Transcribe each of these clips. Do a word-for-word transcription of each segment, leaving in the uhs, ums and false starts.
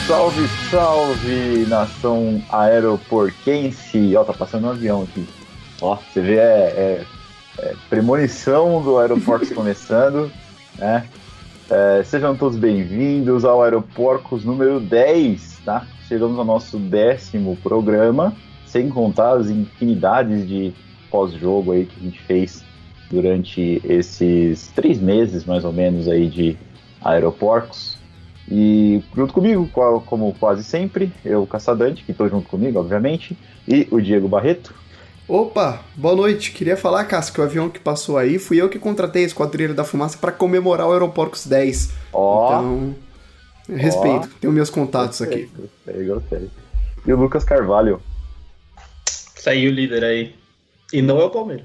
Salve, salve, nação aeroportense. Ó, tá passando um avião aqui. Ó, você vê, é, é, é premonição do Aeroporcos começando, né? É, sejam todos bem-vindos ao Aeroporcos número dez, tá? Chegamos ao nosso décimo programa, sem contar as infinidades de pós-jogo aí que a gente fez durante esses três meses, mais ou menos, aí de Aeroporcos. E junto comigo, como quase sempre, eu, Caçadante, que estou junto comigo, obviamente, e o Diego Barreto. Opa, boa noite. Queria falar, Cássio, que o avião que passou aí, fui eu que contratei a Esquadrilha da Fumaça para comemorar o Aeroporcos dez. Ó, então, respeito. Ó, tenho meus contatos gostei, aqui. Gostei, gostei. E o Lucas Carvalho. Saiu o líder aí. E não é o Palmeiras.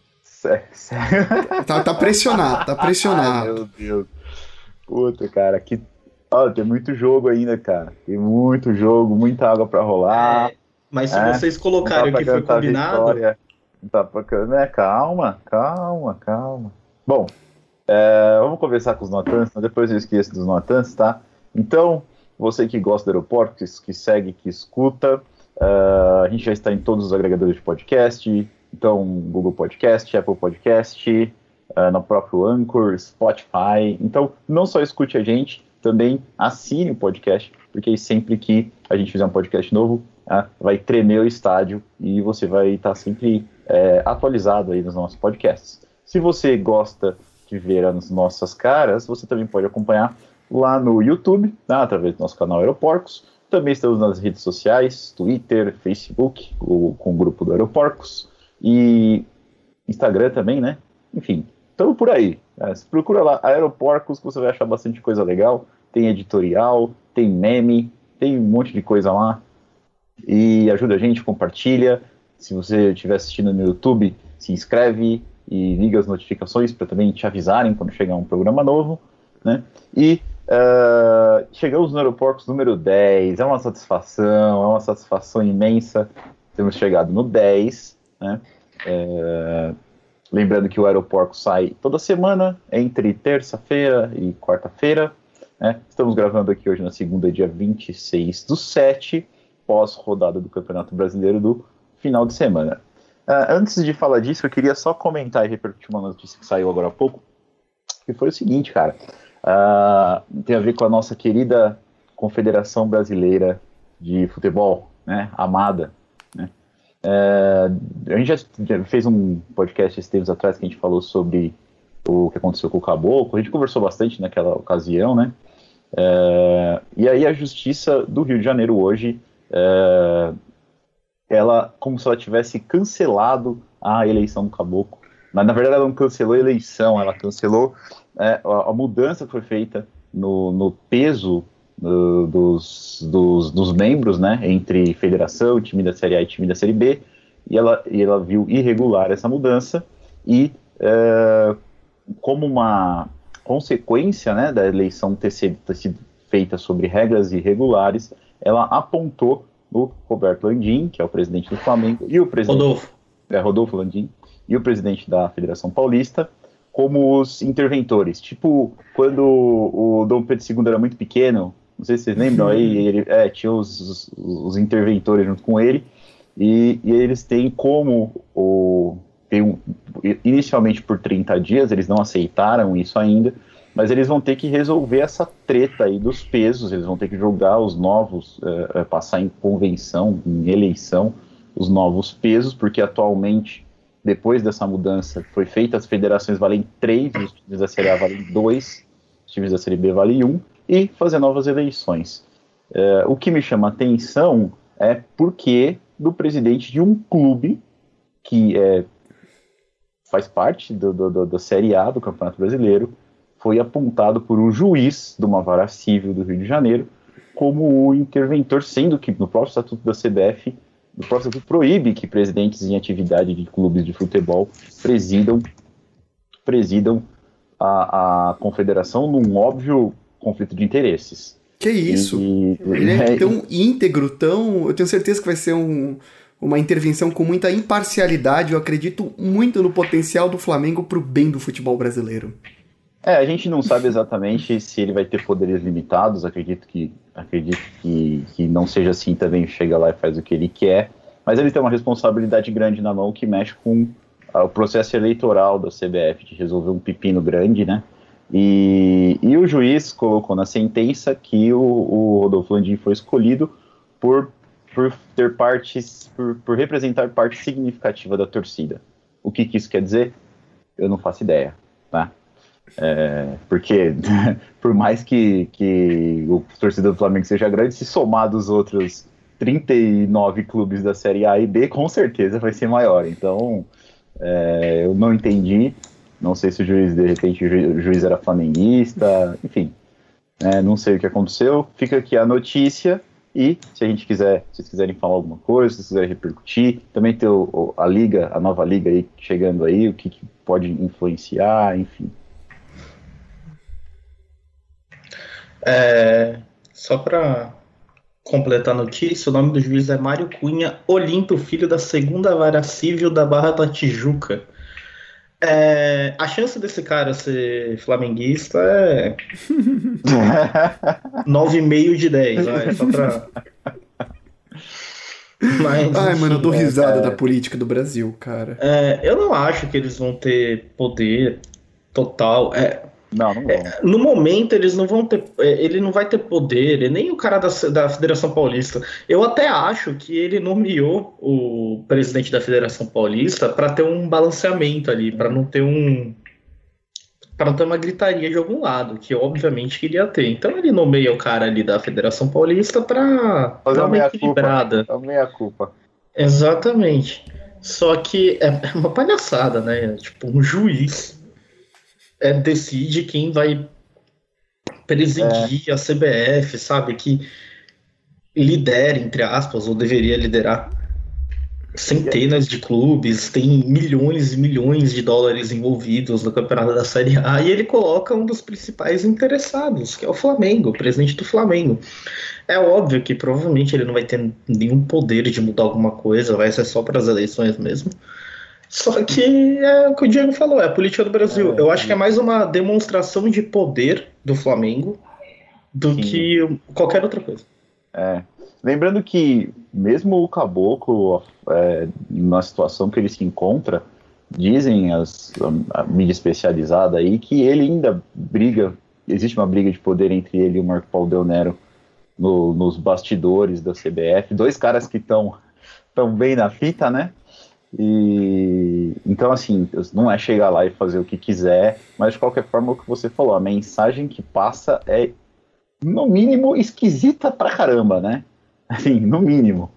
Sério? Tá, tá pressionado, tá pressionado. Ai, meu Deus. Puta, cara, que... Oh, tem muito jogo ainda, cara. Tem muito jogo, muita água pra rolar. É, mas se é, vocês colocarem o que foi combinado... Vitória, não tá pra... né? Calma, calma, calma. Bom, é, vamos conversar com os notantes, mas depois eu esqueço dos notantes, tá? Então, você que gosta do aeroporto, que, que segue, que escuta, uh, a gente já está em todos os agregadores de podcast, então Google Podcast, Apple Podcast, uh, no próprio Anchor, Spotify. Então, não só escute a gente, também assine o podcast, porque aí sempre que a gente fizer um podcast novo, é, vai tremer o estádio e você vai estar sempre é, atualizado aí nos nossos podcasts. Se você gosta de ver as nossas caras, você também pode acompanhar lá no YouTube, tá, através do nosso canal Aeroporcos. Também estamos nas redes sociais, Twitter, Facebook, o, com o grupo do Aeroporcos, e Instagram também, né? Enfim, estamos por aí. É, procura lá Aeroporcos que você vai achar bastante coisa legal. Tem editorial, tem meme, tem um monte de coisa lá. E ajuda a gente, compartilha. Se você estiver assistindo no YouTube, se inscreve e liga as notificações para também te avisarem quando chegar um programa novo, né? E uh, chegamos no Aeroporcos número dez. É uma satisfação, é uma satisfação imensa. Temos chegado no dez, né? É, lembrando que o Aeroporcos sai toda semana, entre terça-feira e quarta-feira. É, estamos gravando aqui hoje na segunda, dia vinte e seis do sete, pós-rodada do Campeonato Brasileiro do final de semana. Uh, antes de falar disso, eu queria só comentar e repercutir uma notícia que saiu agora há pouco, que foi o seguinte, cara, uh, tem a ver com a nossa querida Confederação Brasileira de Futebol, né, amada, né? Uh, a gente já, já fez um podcast esses tempos atrás que a gente falou sobre o que aconteceu com o Caboclo, a gente conversou bastante naquela ocasião, né? É, e aí a Justiça do Rio de Janeiro hoje, é, ela, como se ela tivesse cancelado a eleição do Caboclo, mas na verdade ela não cancelou a eleição, ela cancelou é, a, a mudança que foi feita no, no peso do, dos, dos, dos membros, né, entre federação, time da Série A e time da Série B, e ela, e ela viu irregular essa mudança e é, como uma consequência, né, da eleição ter sido, ter sido feita sobre regras irregulares, ela apontou o Roberto Landim, que é o presidente do Flamengo, e o presidente... Rodolfo. É, Rodolfo Landim, e o presidente da Federação Paulista, como os interventores. Tipo, quando o Dom Pedro segundo era muito pequeno, não sei se vocês lembram, aí ele, é, tinha os, os, os interventores junto com ele, e, e eles têm como o... Tem um, inicialmente por trinta dias, eles não aceitaram isso ainda, mas eles vão ter que resolver essa treta aí dos pesos, eles vão ter que julgar os novos, é, passar em convenção, em eleição, os novos pesos, porque atualmente, depois dessa mudança que foi feita, as federações valem três, os times da Série A valem dois, os times da Série B valem um, e fazer novas eleições. É, o que me chama a atenção é porque do presidente de um clube que é faz parte do, do, do, da Série A do Campeonato Brasileiro, foi apontado por um juiz de uma vara civil do Rio de Janeiro como o interventor, sendo que no próprio Estatuto da C B F, no próprio Estatuto proíbe que presidentes em atividade de clubes de futebol presidam, presidam a, a confederação num óbvio conflito de interesses. Que isso? E, Ele é tão íntegro, tão... Eu tenho certeza que vai ser um... uma intervenção com muita imparcialidade. Eu acredito muito no potencial do Flamengo para o bem do futebol brasileiro. É, a gente não sabe exatamente se ele vai ter poderes limitados, acredito que acredito que, que não seja assim também, chega lá e faz o que ele quer, mas ele tem uma responsabilidade grande na mão que mexe com ah, o processo eleitoral da C B F, de resolver um pepino grande, né? E, e o juiz colocou na sentença que o, o Rodolfo Landim foi escolhido por, por ter partes, por, por representar parte significativa da torcida. O que, que isso quer dizer? Eu não faço ideia, tá? É, porque por mais que, que o torcedor do Flamengo seja grande, se somar dos outros trinta e nove clubes da Série A e B, com certeza vai ser maior. Então, é, eu não entendi. Não sei se o juiz, de repente, o ju- o juiz era flamenguista, enfim. É, não sei o que aconteceu. Fica aqui a notícia e, se a gente quiser, se vocês quiserem falar alguma coisa, se vocês quiserem repercutir, também tem o, o, a liga, a nova liga aí chegando aí, o que, que pode influenciar, enfim. É, só para completar a notícia, o nome do juiz é Mário Cunha Olinto, filho da segunda vara civil da Barra da Tijuca. É, a chance desse cara ser flamenguista é nove vírgula cinco de dez, vai, só pra... Mas, Ai, enfim, mano, eu dou risada é, da política do Brasil, cara. é, eu não acho que eles vão ter poder total. É, Não, não vão. É, no momento eles não vão ter, é, ele não vai ter poder, e nem o cara da, da Federação Paulista. Eu até acho que ele nomeou o presidente da Federação Paulista para ter um balanceamento ali, para não ter um, para não ter uma gritaria de algum lado, que obviamente queria ter. Então ele nomeia o cara ali da Federação Paulista para Fazer dar a uma meia equilibrada. culpa. A meia culpa. Exatamente. Só que é é uma palhaçada, né? Tipo, um juiz é, decide quem vai presidir a C B F, sabe? Que lidera, entre aspas, ou deveria liderar centenas de clubes, tem milhões e milhões de dólares envolvidos no campeonato da Série A, e ele coloca um dos principais interessados, que é o Flamengo, o presidente do Flamengo. É óbvio que provavelmente ele não vai ter nenhum poder de mudar alguma coisa, vai ser só para as eleições mesmo. Só que é o que o Diego falou, é a política do Brasil. É, Eu acho que é mais uma demonstração de poder do Flamengo do Sim. que qualquer outra coisa. É. Lembrando que mesmo o Caboclo, é, na situação que ele se encontra, dizem as, a, a mídia especializada aí que ele ainda briga, existe uma briga de poder entre ele e o Marco Paulo Del Nero no, nos bastidores da C B F, dois caras que estão tão bem na fita, né? E então, assim, não é chegar lá e fazer o que quiser, mas de qualquer forma, o que você falou, a mensagem que passa é, no mínimo, esquisita pra caramba, né? Assim, no mínimo.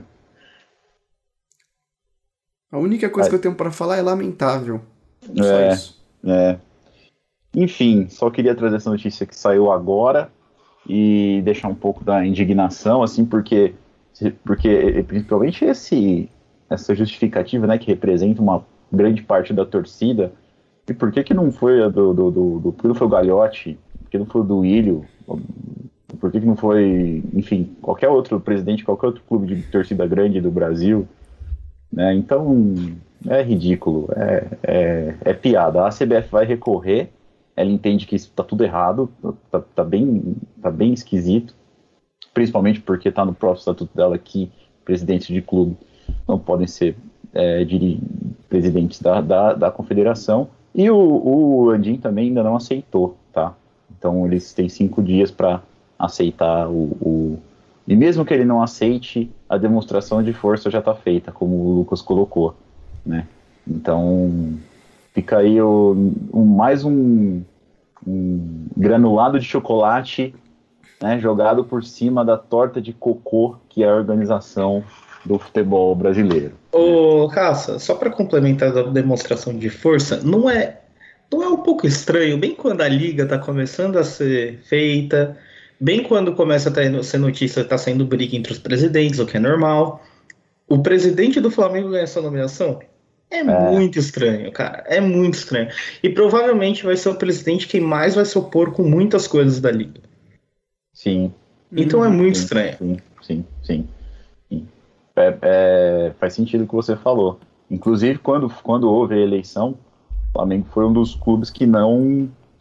A única coisa que eu tenho pra falar é lamentável. Só É, isso. é. Enfim, só queria trazer essa notícia que saiu agora e deixar um pouco da indignação, assim, porque, porque principalmente esse, essa justificativa, né, que representa uma grande parte da torcida, e por que que não foi a do, do, do, do por que não foi o Gagliotti, por que não foi o do Ilho, por que que não foi, enfim, qualquer outro presidente, qualquer outro clube de torcida grande do Brasil, né? Então é ridículo, é, é, é piada. A C B F vai recorrer, ela entende que isso tá tudo errado, tá, tá, bem, tá bem esquisito, principalmente porque tá no próprio estatuto dela que presidentes de clube não podem ser é, de, presidentes da, da, da confederação, e o, o Landim também ainda não aceitou, tá? Então eles têm cinco dias para aceitar o, o... E mesmo que ele não aceite, a demonstração de força já está feita, como o Lucas colocou, né? Então, fica aí o, um, mais um, um granulado de chocolate, né, jogado por cima da torta de cocô que é a organização do futebol brasileiro. Ô, Caça, só para complementar a demonstração de força, não é, não é um pouco estranho, bem quando a liga está começando a ser feita, bem quando começa a ser notícia, está saindo briga entre os presidentes, o que é normal, o presidente do Flamengo ganha essa nomeação? É, é muito estranho, cara, é muito estranho. E provavelmente vai ser o presidente quem mais vai se opor com muitas coisas da liga. Sim. Então é muito sim, estranho. Sim, sim, sim. sim. É, é, faz sentido o que você falou. Inclusive, quando, quando houve a eleição, o Flamengo foi um dos clubes que não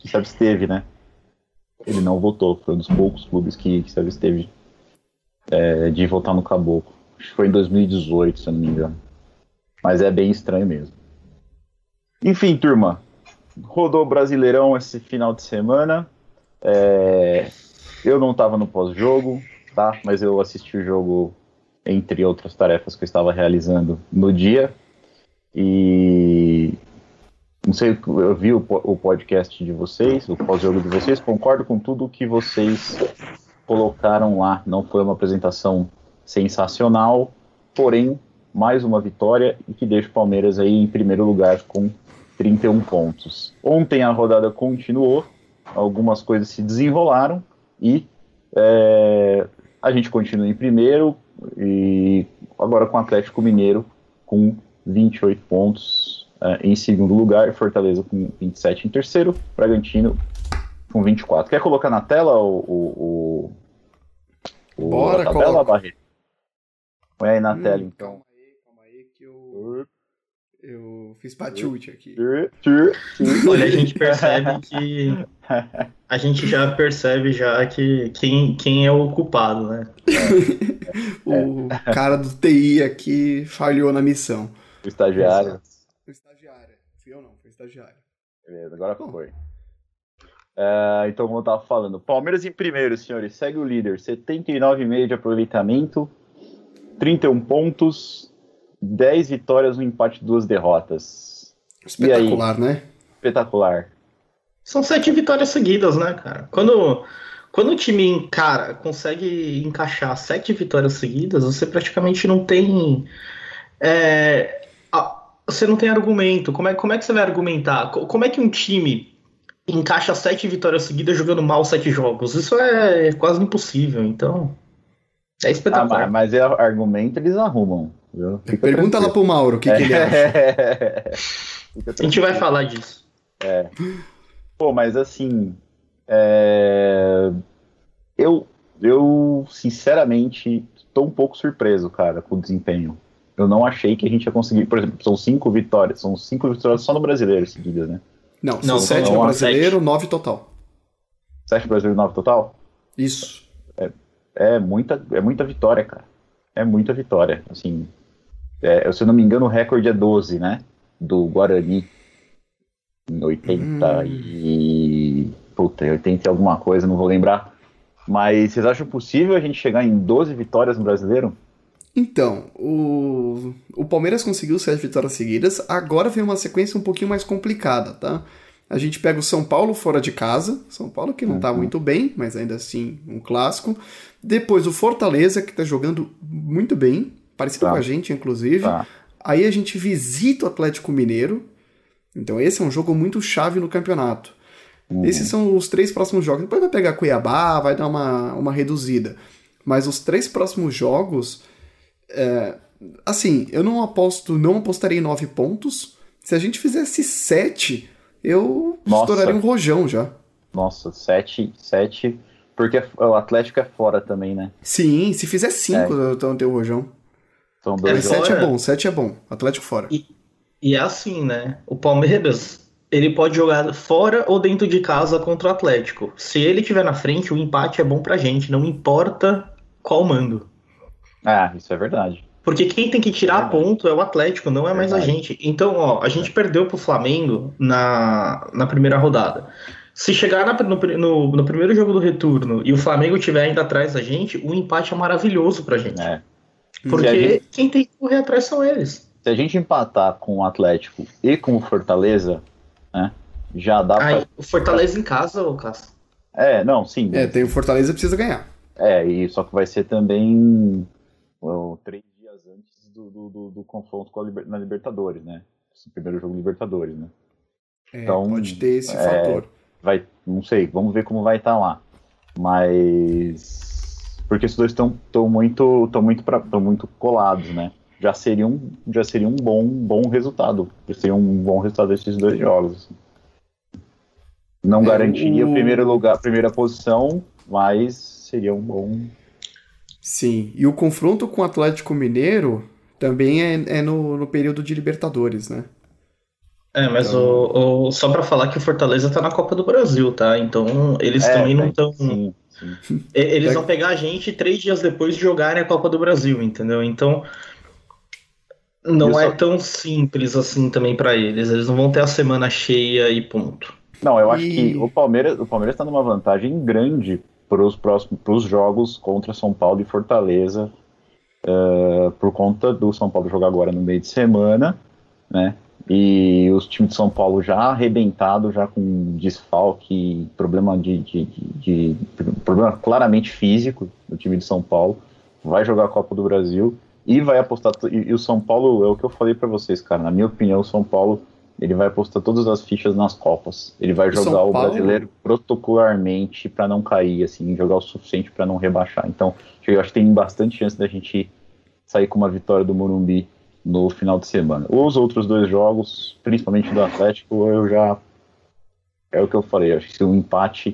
que se absteve, né? Ele não votou, foi um dos poucos clubes que, que se absteve é, de votar no Caboclo. Acho que foi em dois mil e dezoito, se eu não me engano. Mas é bem estranho mesmo. Enfim, turma, rodou o Brasileirão esse final de semana. É, eu não estava no pós-jogo, tá? Mas eu assisti o jogo, entre outras tarefas que eu estava realizando no dia. E não sei, eu vi o, o podcast de vocês, o pós-jogo de vocês, concordo com tudo que vocês colocaram lá. Não foi uma apresentação sensacional, porém, mais uma vitória e que deixa o Palmeiras aí em primeiro lugar com trinta e um pontos. Ontem a rodada continuou, algumas coisas se desenrolaram e é, a gente continua em primeiro e agora com o Atlético Mineiro com vinte e oito pontos é, em segundo lugar, Fortaleza com vinte e sete em terceiro, Bragantino com vinte e quatro. Quer colocar na tela o, o, o, Bora, a tabela, coloca. Barreto? Põe aí na hum, tela, então. Calma aí, calma aí que eu, eu fiz patute aqui. Olha, a gente percebe que a gente já percebe já que quem, quem é o culpado, né? O cara do T I aqui falhou na missão. O estagiário. Foi estagiário. Fui eu não, foi estagiário. Beleza, agora Bom. foi. É, então, como eu tava falando, Palmeiras em primeiro, senhores, segue o líder, setenta e nove vírgula cinco de aproveitamento, trinta e um pontos, dez vitórias, um empate, duas derrotas. Espetacular, né? Espetacular. São sete vitórias seguidas, né, cara? Quando, quando o time encara, consegue encaixar sete vitórias seguidas, você praticamente não tem. É, a, você não tem argumento. Como é, como é que você vai argumentar? Como é que um time encaixa sete vitórias seguidas jogando mal sete jogos? Isso é quase impossível, então. É Ah, espetacular. mas, mas é argumento, eles arrumam. Viu? Fica Pergunta lá tranquilo. pro Mauro o que, que ele acha. Fica A gente vai tranquilo. falar disso. Pô, mas assim, é, eu, eu sinceramente estou um pouco surpreso, cara, com o desempenho. Eu não achei que a gente ia conseguir, por exemplo, são cinco vitórias, são cinco vitórias só no Brasileiro seguidas, né? Não, Não, são sete não, no não, brasileiro, sete. nove total. Sete Brasileiro, nove total? Isso. É muita, é muita vitória, cara. É muita vitória, assim. É, se eu não me engano, o recorde é doze, né? Do Guarani. Em oitenta e... Puta, oitenta e alguma coisa, não vou lembrar. Mas vocês acham possível a gente chegar em doze vitórias no Brasileiro? Então, o, o Palmeiras conseguiu sete vitórias seguidas, agora vem uma sequência um pouquinho mais complicada, tá? A gente pega o São Paulo fora de casa, São Paulo que não tá Uhum. muito bem, mas ainda assim um clássico. Depois o Fortaleza, que tá jogando muito bem, parecido Tá. com a gente, inclusive. Tá. Aí a gente visita o Atlético Mineiro, então esse é um jogo muito chave no campeonato. Uhum. Esses são os três próximos jogos. Depois vai pegar Cuiabá, vai dar uma, uma reduzida. Mas os três próximos jogos, é, assim, eu não aposto, não apostaria em nove pontos. Se a gente fizesse sete, eu Nossa. estouraria um rojão já. Nossa, sete, sete, porque o Atlético é fora também, né? Sim, se fizer cinco, eu tô ter o rojão. São É dois Mas fora. jogos. sete é bom, sete é bom. Atlético fora. E, e é assim, né? O Palmeiras, ele pode jogar fora ou dentro de casa contra o Atlético. Se ele estiver na frente, o empate é bom pra gente, não importa qual mando. Ah, isso é verdade. Porque quem tem que tirar Verdade. ponto é o Atlético, não é mais a Verdade. gente. Então, ó, a gente perdeu pro Flamengo na, na primeira rodada. Se chegar na- no, no- no primeiro jogo do retorno e o Flamengo estiver ainda atrás da gente, o empate é maravilhoso pra gente. É. Porque Se a gente- quem tem que correr atrás são eles. Se a gente empatar com o Atlético e com o Fortaleza, né, já dá Aí, pra... o Fortaleza em casa, ô Cássio. É, não, sim. É, tem o Fortaleza, precisa ganhar. É, e só que vai ser também ó, três dias antes do, do, do- do confronto com a Liber- na Libertadores, né? Esse primeiro jogo Libertadores, né? É, Então, pode ter esse é, fator. Vai, não sei, vamos ver como vai estar lá. Mas porque esses dois estão tão muito, tão muito, pra- tão muito colados, né? Já seria um, já seria um bom, bom resultado. Já seria um bom resultado desses dois jogos. assim. Não É, garantiria o- o primeiro lugar, a primeira posição, mas seria um bom. Sim, e o confronto com o Atlético Mineiro também é, é no, no período de Libertadores, né? É, mas Então, o, o- só pra falar que o Fortaleza tá na Copa do Brasil, tá? Então eles É, também não tem- estão. sim, sim. Eles vão pega- pegar a gente três dias depois de jogarem a Copa do Brasil, entendeu? Então E o não é São- tão simples assim também pra eles. Eles não vão ter a semana cheia e ponto. Não, eu acho que o e Palmeiras, o Palmeiras está numa vantagem grande para os próximos pros jogos contra São Paulo e Fortaleza, uh, por conta do São Paulo jogar agora no meio de semana, né? E os times de São Paulo já arrebentado, já com desfalque, problema de, de, de, de problema claramente físico do time de São Paulo, vai jogar a Copa do Brasil e vai apostar. E, e o São Paulo, é o que eu falei para vocês, cara. Na minha opinião, o São Paulo ele vai apostar todas as fichas nas Copas. Ele vai o jogar São o Paulo, brasileiro protocolarmente para não cair, assim, jogar o suficiente para não rebaixar. Então, eu acho que tem bastante chance da gente sair com uma vitória do Morumbi no final de semana. Os outros dois jogos, principalmente do Atlético, eu já é o que eu falei. Acho que o empate,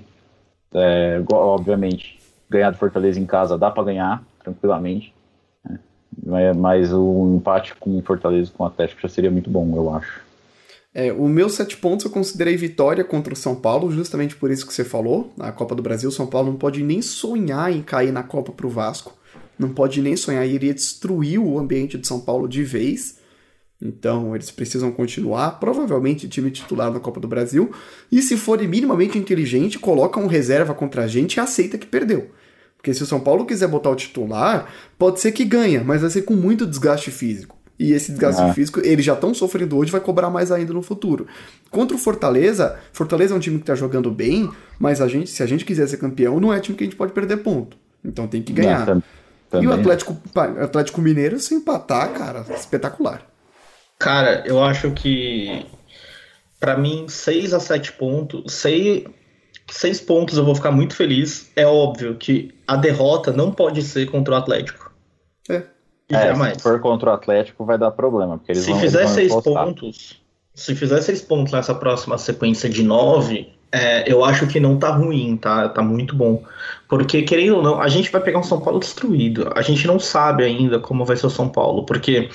é, obviamente, ganhar do Fortaleza em casa dá para ganhar tranquilamente, né? Mas o empate com o Fortaleza com o Atlético já seria muito bom, eu acho. é, o meu sete pontos eu considerei vitória contra o São Paulo, justamente por isso que você falou. Na Copa do Brasil, o São Paulo não pode nem sonhar em cair na Copa pro Vasco. Não pode nem sonhar, iria destruir o ambiente de São Paulo de vez. Então eles precisam continuar, provavelmente time titular na Copa do Brasil. E se forem minimamente inteligente, colocam um reserva contra a gente e aceita que perdeu. Porque se o São Paulo quiser botar o titular, pode ser que ganha, mas vai ser com muito desgaste físico. E esse desgaste Ah. físico, eles já estão sofrendo hoje, vai cobrar mais ainda no futuro. Contra o Fortaleza, Fortaleza é um time que tá jogando bem, mas a gente, se a gente quiser ser campeão, não é time que a gente pode perder ponto. Então tem que ganhar. Não, tam- E o também. Atlético, pá, Atlético Mineiro, se empatar, cara, espetacular. Cara, eu acho que pra mim seis a sete pontos, seis, seis pontos eu vou ficar muito feliz. É óbvio que a derrota não pode ser contra o Atlético. É. E É, jamais. se for contra o Atlético vai dar problema, porque eles Se vão, fizer eles vão seis encostar. pontos, se fizer seis pontos nessa próxima sequência de nove, é, eu acho que não tá ruim, tá, tá muito bom. Porque, querendo ou não, a gente vai pegar um São Paulo destruído. A gente não sabe ainda como vai ser o São Paulo, porque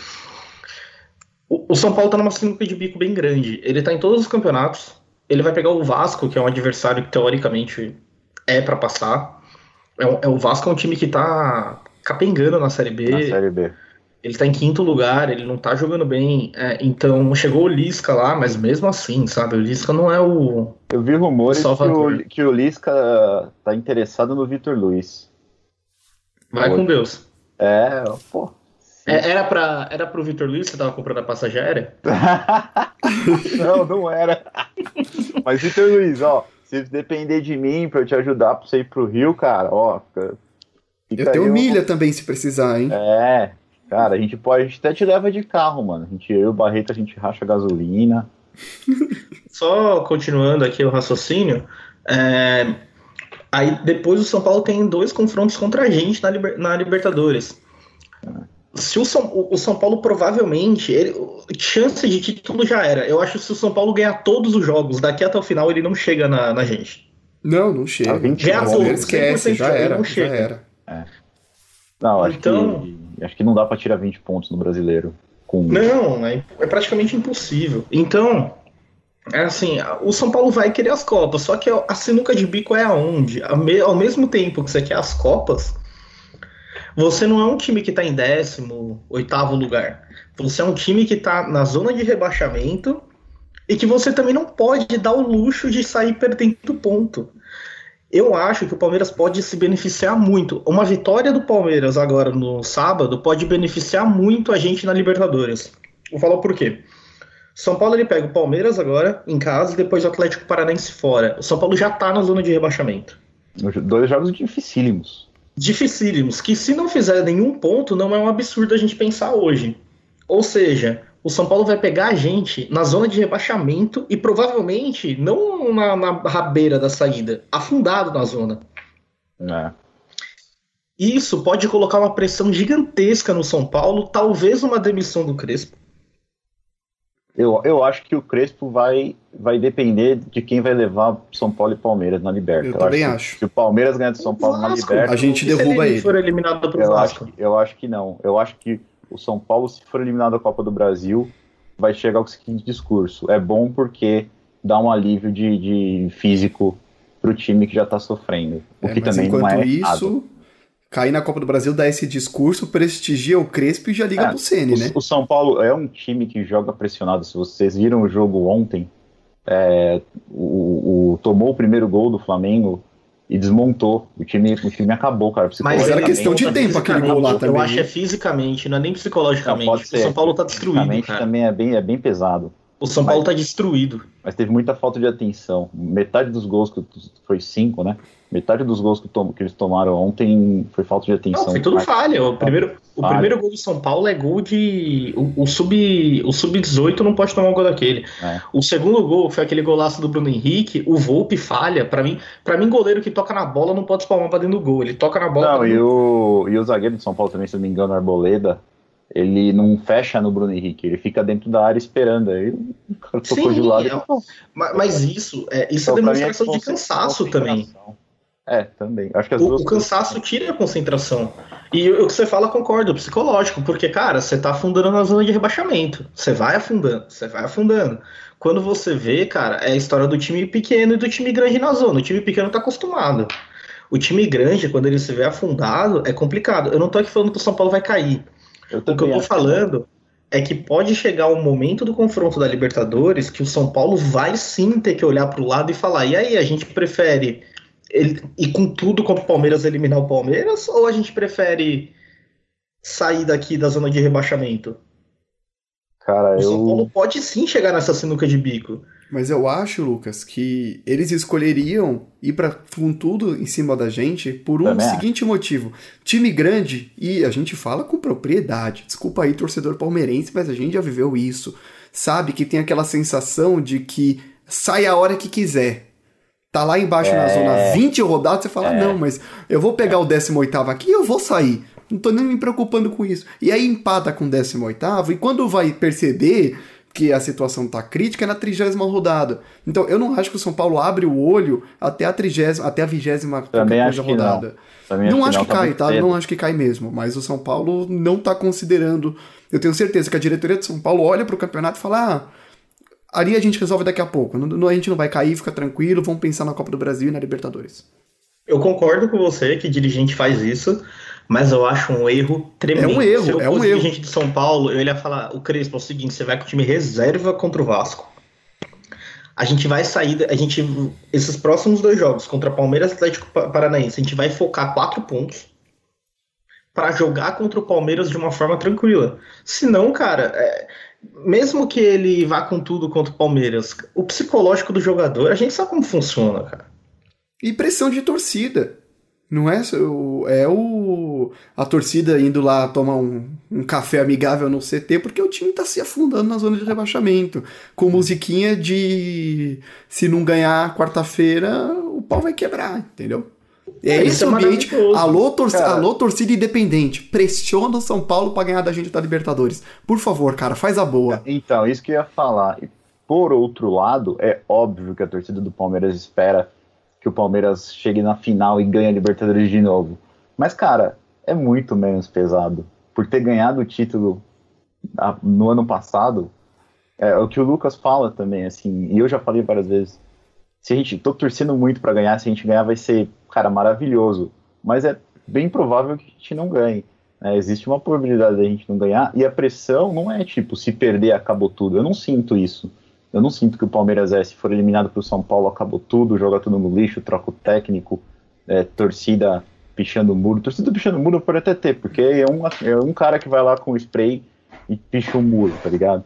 o, o São Paulo tá numa sinuca de bico bem grande. Ele tá em todos os campeonatos. Ele vai pegar o Vasco, que é um adversário que teoricamente é pra passar. É, o- é o Vasco é um time que tá capengando na Série B. Na Série B. Ele tá em quinto lugar, ele não tá jogando bem. É, então chegou o Lisca lá, mas mesmo assim, sabe? O Lisca não é o. Eu vi rumores que Salvador. o, que o Lisca tá interessado no Vitor Luiz. Vai com Deus. É, pô. É, era, pra, era pro Vitor Luiz que tava comprando a passagem aérea? Não, não era. Mas, Vitor Luiz, ó, se depender de mim pra eu te ajudar pra você ir pro Rio, cara, ó. Fica, fica Eu tenho aí um- milha também, se precisar, hein? É, cara, a gente pode, a gente até te leva de carro, mano. A gente, eu e o Barreto, a gente racha gasolina. Só continuando aqui o raciocínio. é, Aí depois o São Paulo tem dois confrontos contra a gente na, Liber- na Libertadores. Se o São, o- o São Paulo provavelmente, ele- chance de título já era. Eu acho que se o São Paulo ganhar todos os jogos daqui até o final, ele não chega na, na gente. Não, não chega. Ah, vinte Ganhar O pontos. Palmeiras todos, esquece, cem por já cento era, não já chega. era. Não, acho Então- que acho que não dá pra tirar vinte pontos no brasileiro. Com... Não, é, é praticamente impossível. Então, é assim, o São Paulo vai querer as Copas, só que a sinuca de bico é aonde? Ao, me- ao mesmo tempo que você quer as Copas, você não é um time que tá em décimo, oitavo lugar. Você é um time que tá na zona de rebaixamento e que você também não pode dar o luxo de sair perdendo ponto. Eu acho que o Palmeiras pode se beneficiar muito. Uma vitória do Palmeiras agora no sábado pode beneficiar muito a gente na Libertadores. Vou falar por quê. São Paulo ele pega o Palmeiras agora em casa e depois o Atlético Paranaense fora. O São Paulo já tá na zona de rebaixamento. Dois jogos dificílimos. Dificílimos, que se não fizer nenhum ponto, não é um absurdo a gente pensar hoje. Ou seja, o São Paulo vai pegar a gente na zona de rebaixamento e provavelmente não na, na rabeira da saída, afundado na zona. É. Isso pode colocar uma pressão gigantesca no São Paulo, talvez uma demissão do Crespo. Eu, eu acho que o Crespo vai, vai depender de quem vai levar São Paulo e Palmeiras na Liberta. Eu também acho. acho. que Se o Palmeiras ganhar de São Paulo na Vasco. Liberta, A gente E se derruba ele ele. for eliminado pro eu acho, Vasco? que, eu acho que não. Eu acho que o São Paulo, se for eliminado da Copa do Brasil, vai chegar com o seguinte discurso: é bom porque dá um alívio de, de físico pro time que já tá sofrendo. O É, que mas também não enquanto é isso, errado. cair na Copa do Brasil, dá esse discurso, prestigia o Crespo e já liga É, pro Ceni, o, né? o São Paulo é um time que joga pressionado. Se vocês viram o jogo ontem, é, o, o- tomou o primeiro gol do Flamengo e desmontou. O time, o time acabou, cara. Mas era questão de tempo aquele gol lá Eu também, acho que hein? é fisicamente, não é nem Não, psicologicamente. pode O ser. São Paulo tá destruído, Fisicamente cara. também é bem, é bem pesado. O São Paulo Mas- tá destruído. Mas teve muita falta de atenção. Metade dos gols, que foi cinco, né? Metade dos gols que, tom, que eles tomaram ontem foi falta de atenção. Não, foi tudo Mas- falha. O primeiro, o Falha. primeiro gol do São Paulo é gol de. O, o sub o sub dezoito não pode tomar um gol daquele. É. O segundo gol foi aquele golaço do Bruno Henrique. O Volpe falha. Pra mim, pra mim, goleiro que toca na bola não pode espalmar pra dentro do gol. Ele toca na bola. Não, pra e dentro- o, e o zagueiro de São Paulo também, se eu não me engano, Arboleda, ele não fecha no Bruno Henrique, ele fica dentro da área esperando. Aí o cara tocou Sim, de lado. é- Mas, mas isso é, isso Então, é pra mim, demonstração de conce- cansaço também. concentração. É, também. Acho que as O, duas o coisas- cansaço tira a concentração. E o que você fala, concordo, psicológico, porque, cara, você tá afundando na zona de rebaixamento. Você vai afundando, você vai afundando. Quando você vê, cara, é a história do time pequeno e do time grande na zona. O time pequeno tá acostumado. O time grande, quando ele se vê afundado, é complicado. Eu não tô aqui falando que o São Paulo vai cair. Eu O que eu também tô acho falando é que pode chegar o momento do confronto da Libertadores que o São Paulo vai sim ter que olhar pro lado e falar: e aí, a gente prefere ele, ir com tudo contra o Palmeiras, eliminar o Palmeiras, ou a gente prefere sair daqui da zona de rebaixamento? Cara, O São eu. Paulo pode sim chegar nessa sinuca de bico. Mas eu acho, Lucas, que eles escolheriam ir pra, com tudo em cima da gente por um Também acho. seguinte motivo. Time grande, e a gente fala com propriedade. Desculpa aí, torcedor palmeirense, mas a gente já viveu isso. Sabe que tem aquela sensação de que sai a hora que quiser. Tá lá embaixo na É. zona vinte rodadas, você fala, É. não, mas eu vou pegar o décimo oitavo aqui e eu vou sair. Não tô nem me preocupando com isso. E aí empata com o décimo oitavo, e quando vai perceber que a situação tá crítica é na trigésima rodada. Então, eu não acho que o São Paulo abre o olho até a trigésima, até a vigésima Também qualquer acho coisa que não. rodada. Também Não acho que, tá cai, muito tá? cedo. Não acho que cai mesmo. Mas o São Paulo não tá considerando. Eu tenho certeza que a diretoria de São Paulo olha pro campeonato e fala: ah, ali a gente resolve daqui a pouco. Não, não- a gente não vai cair, fica tranquilo, vamos pensar na Copa do Brasil e na Libertadores. Eu concordo com você que dirigente faz isso, mas eu acho um erro tremendo. É um erro, Se eu é um fosse erro. dirigente de São Paulo, eu ia falar: o Crespo, é o seguinte, você vai com o time reserva contra o Vasco. A gente vai sair, a gente, esses próximos dois jogos contra Palmeiras e Atlético Pa- Paranaense, a gente vai focar quatro pontos para jogar contra o Palmeiras de uma forma tranquila. Se não, cara, é, mesmo que ele vá com tudo contra o Palmeiras, o psicológico do jogador, a gente sabe como funciona, cara. E pressão de torcida. Não é o, é o a torcida indo lá tomar um, um café amigável no C T, porque o time tá se afundando na zona de rebaixamento. Com musiquinha de se não ganhar quarta-feira, o pau vai quebrar, entendeu? É, É, esse isso é ambiente. maravilhoso. Alô, torci, Cara. alô, torcida independente. Pressiona o São Paulo pra ganhar da gente da Libertadores. Por favor, cara, faz a boa. Então, isso que eu ia falar. E, por outro lado, é óbvio que a torcida do Palmeiras espera que o Palmeiras chegue na final e ganhe a Libertadores de novo. Mas, cara, é muito menos pesado. Por ter ganhado o título a- no ano passado, é o que o Lucas fala também, assim, e eu já falei várias vezes. Se a gente, tô torcendo muito pra ganhar, se a gente ganhar vai ser, cara, maravilhoso. Mas é bem provável que a gente não ganhe. Né? Existe uma probabilidade da gente não ganhar, e a pressão não é tipo, se perder, acabou tudo. Eu não sinto isso. Eu não sinto que o Palmeiras é, se for eliminado pro São Paulo, acabou tudo, joga tudo no lixo, troca o técnico, é, torcida pichando o muro. Torcida pichando o muro pode até ter, porque é um, é um cara que vai lá com spray e picha o muro, tá ligado?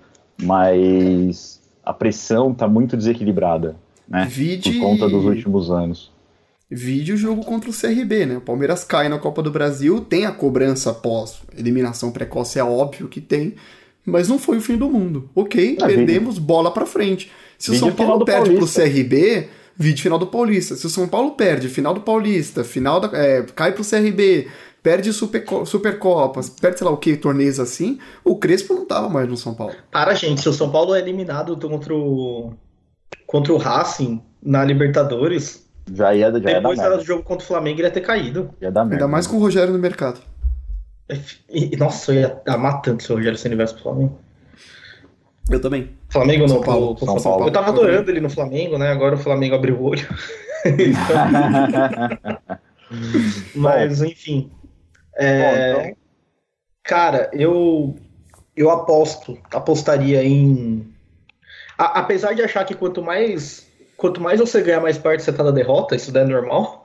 Mas a pressão tá muito desequilibrada, né? Vide- Por conta dos últimos anos. Vídeo o jogo contra o C R B, né? O Palmeiras cai na Copa do Brasil, tem a cobrança pós eliminação precoce, é óbvio que tem, mas não foi o fim do mundo. Ok, Ah, perdemos, bola pra frente. Se o vídeo São final Paulo do perde Paulista. pro C R B, vídeo final do Paulista. Se o São Paulo perde final do Paulista, final da, é, cai pro C R B, perde Super, Supercopas, perde sei lá o que, torneios assim, o Crespo não tava mais no São Paulo. Para, gente, se o São Paulo é eliminado contra o, contra o Racing na Libertadores, Já ia, já ia dar depois era merda. do jogo contra o Flamengo, ele ia ter caído. Já ia dar merda. Ainda mais com o Rogério no mercado. E, nossa, eu ia amar tanto se o Rogério Ceni viesse pro Flamengo. Eu também. Flamengo não, São Paulo. pro, pro São São Paulo. Paulo. Eu tava adorando ele no Flamengo, né? Agora o Flamengo abriu o olho. Então, mas, enfim. É, Bom, então, cara, eu, eu aposto, apostaria em. A- apesar de achar que quanto mais, quanto mais você ganhar, mais parte você tá da derrota, isso daí é normal.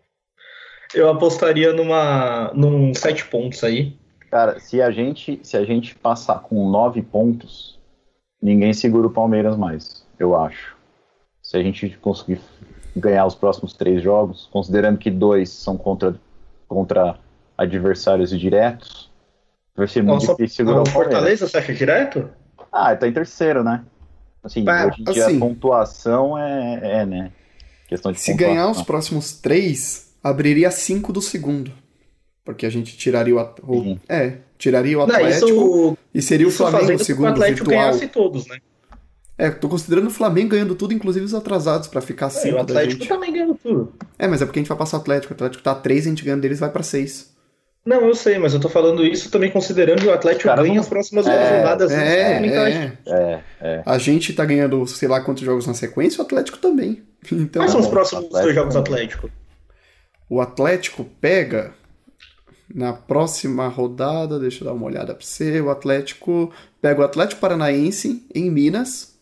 Eu apostaria numa, num sete pontos aí. cara, se a gente, se a gente passar com nove pontos, ninguém segura o Palmeiras mais, eu acho. Se a gente conseguir ganhar os próximos três jogos, considerando que dois são contra, contra adversários diretos, vai ser muito Nossa, difícil segurar o o Palmeiras. Fortaleza, você acha direto? Ah, tá em terceiro, né? Assim, Ah, hoje em dia assim, a pontuação é, é, né? Questão de Se pontuação. ganhar os próximos três, abriria cinco do segundo. Porque a gente tiraria o, at- o- Sim. é, tiraria o Não, Atlético isso, e seria o isso Flamengo fazendo o com que o segundo Atlético virtual. ganhasse todos, né? É, tô considerando o Flamengo ganhando tudo, inclusive os atrasados, pra ficar É, e cinco o da Atlético gente. também ganhando tudo. É, mas é porque a gente vai passar o Atlético. O Atlético tá três, a gente ganhando deles vai pra seis. Não, eu sei, mas eu tô falando isso também considerando que o Atlético Cara, ganha não- as próximas é, duas rodadas antes de É, comentar. é. É, é. A gente tá ganhando sei lá quantos jogos na sequência, o Atlético também. Então, Quais são os bom, próximos Atlético dois jogos do também. Atlético? o Atlético pega na próxima rodada, deixa eu dar uma olhada pra você, o Atlético pega o Atlético Paranaense em Minas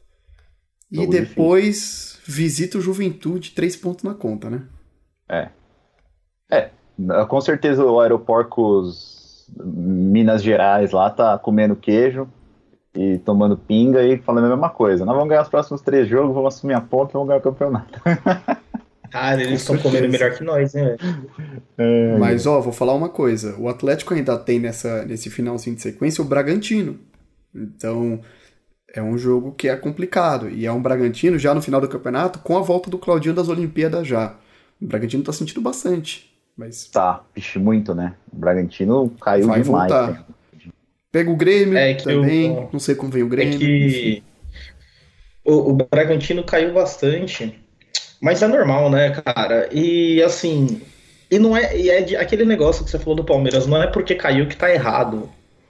e Jogo depois visita o Juventude, três pontos na conta, né? É. É, com certeza o Aeroporcos Minas Gerais lá tá comendo queijo e tomando pinga e falando a mesma coisa. Nós vamos ganhar os próximos três jogos, vamos assumir a ponta e vamos ganhar o campeonato. Cara, eles Com estão comendo certeza. melhor que nós, né, velho? Mas, ó, vou falar uma coisa. O Atlético ainda tem nessa, nesse finalzinho de sequência o Bragantino. Então, é um jogo que é complicado. E é um Bragantino já no final do campeonato com a volta do Claudinho das Olimpíadas já. O Bragantino tá sentindo bastante. Mas Tá, vixe, muito, né? O Bragantino caiu vai demais. voltar. né? Pega o Grêmio É que também. o- Não sei como vem o É Grêmio. que o, o Bragantino caiu bastante, mas é normal, né, cara? E assim, e não é, e é de- aquele negócio que você falou do Palmeiras, não é porque caiu que tá errado.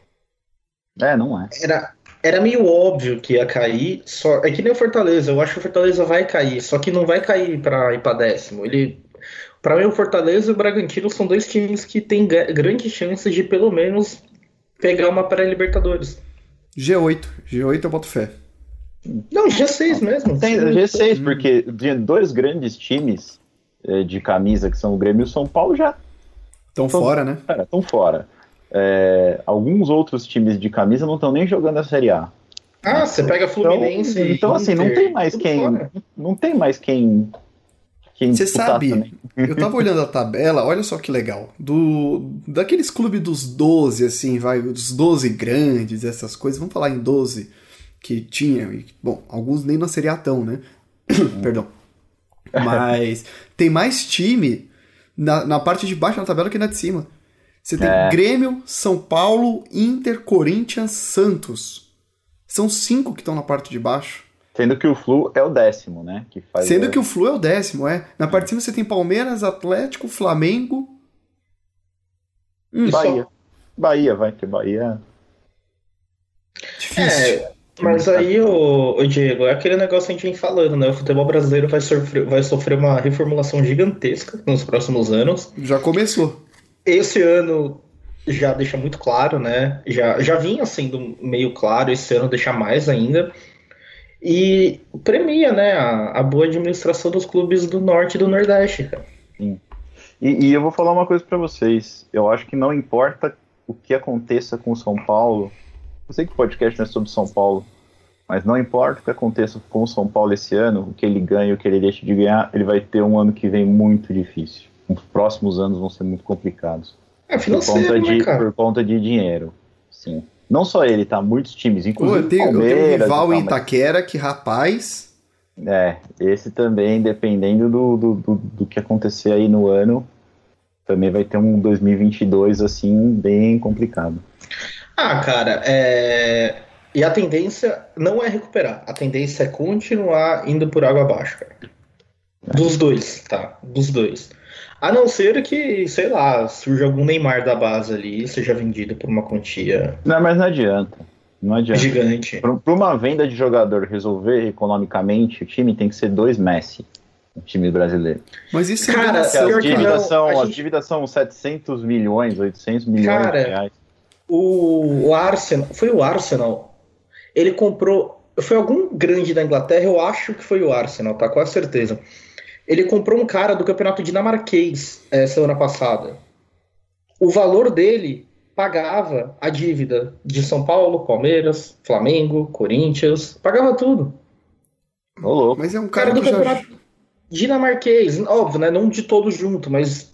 É, não é. Era, era meio óbvio que ia cair, só é que nem o Fortaleza. Eu acho que o Fortaleza vai cair, só que não vai cair pra ir pra décimo. Ele, para mim, o Fortaleza e o Bragantino são dois times que têm ga- grandes chances de pelo menos pegar uma pré-Libertadores. G oito. G oito eu boto fé. Não, G seis mesmo. Tem G seis, porque de dois grandes times eh, de camisa, que são o Grêmio e o São Paulo, já Estão Então- fora, né? estão fora. É, alguns outros times de camisa não estão nem jogando a Série A. Ah, você pega Fluminense. Então, então assim, não Inter, tem mais tudo quem. fora. Não tem mais quem. quem Você disputar sabe, também. eu tava olhando a tabela, olha só que legal. Do, daqueles clubes dos doze, assim, vai, dos doze grandes, essas coisas, vamos falar em doze que tinha. e, Bom, alguns nem na Série A tão, né? Perdão. Mas tem mais time na, na parte de baixo da tabela que na de cima. Você tem É. Grêmio, São Paulo, Inter, Corinthians, Santos. São cinco que estão na parte de baixo. Sendo que o Flu é o décimo, né? Que faz Sendo a- que o Flu é o décimo, é. Na parte de cima você tem Palmeiras, Atlético, Flamengo. Hum, Bahia. Bahia, vai ter Bahia. difícil. É, mas aí, o, Diego, é aquele negócio que a gente vem falando, né? O futebol brasileiro vai sofrer, vai sofrer uma reformulação gigantesca nos próximos anos. Já começou. Esse ano já deixa muito claro, né? Já, já vinha sendo meio claro, esse ano deixa mais ainda. E premia, né, a, a boa administração dos clubes do Norte e do Nordeste, cara. E, e eu vou falar uma coisa pra vocês. Eu acho que não importa o que aconteça com o São Paulo. Eu sei que o podcast não é sobre São Paulo, mas não importa o que aconteça com o São Paulo esse ano, o que ele ganha, o que ele deixa de ganhar, ele vai ter um ano que vem muito difícil. Os próximos anos vão ser muito complicados. É Por financeiro, conta, né, de, cara? por conta de dinheiro. Sim. Não só ele, tá? Muitos times, Pô, inclusive eu, tenho, eu tenho um Palmeiras. rival e tal, em mas- Itaquera que, rapaz. É, esse também, dependendo do, do, do, do que acontecer aí no ano, também vai ter um dois mil e vinte e dois, assim, bem complicado. Ah, cara, é... e a tendência não é recuperar, a tendência é continuar indo por água abaixo, cara. Dos dois, tá? Dos dois. A não ser que, sei lá, surja algum Neymar da base ali e seja vendido por uma quantia. Não, mas não adianta. Não adianta. Gigante. Para uma venda de jogador resolver economicamente, o time tem que ser dois Messi. O time brasileiro. Mas isso é Cara, As pior que dívidas, não, são, a as gente- dívidas são setecentos milhões, oitocentos milhões Cara, de reais. O, o Arsenal, foi o Arsenal, ele comprou, foi algum grande da Inglaterra, eu acho que foi o Arsenal, tá? Com certeza. Ele comprou um cara do campeonato dinamarquês é, semana passada. O valor dele pagava a dívida de São Paulo, Palmeiras, Flamengo, Corinthians, pagava tudo. Ô, louco. Mas é um O cara cara do que já... campeonato dinamarquês, óbvio, né? Não de todos junto, mas,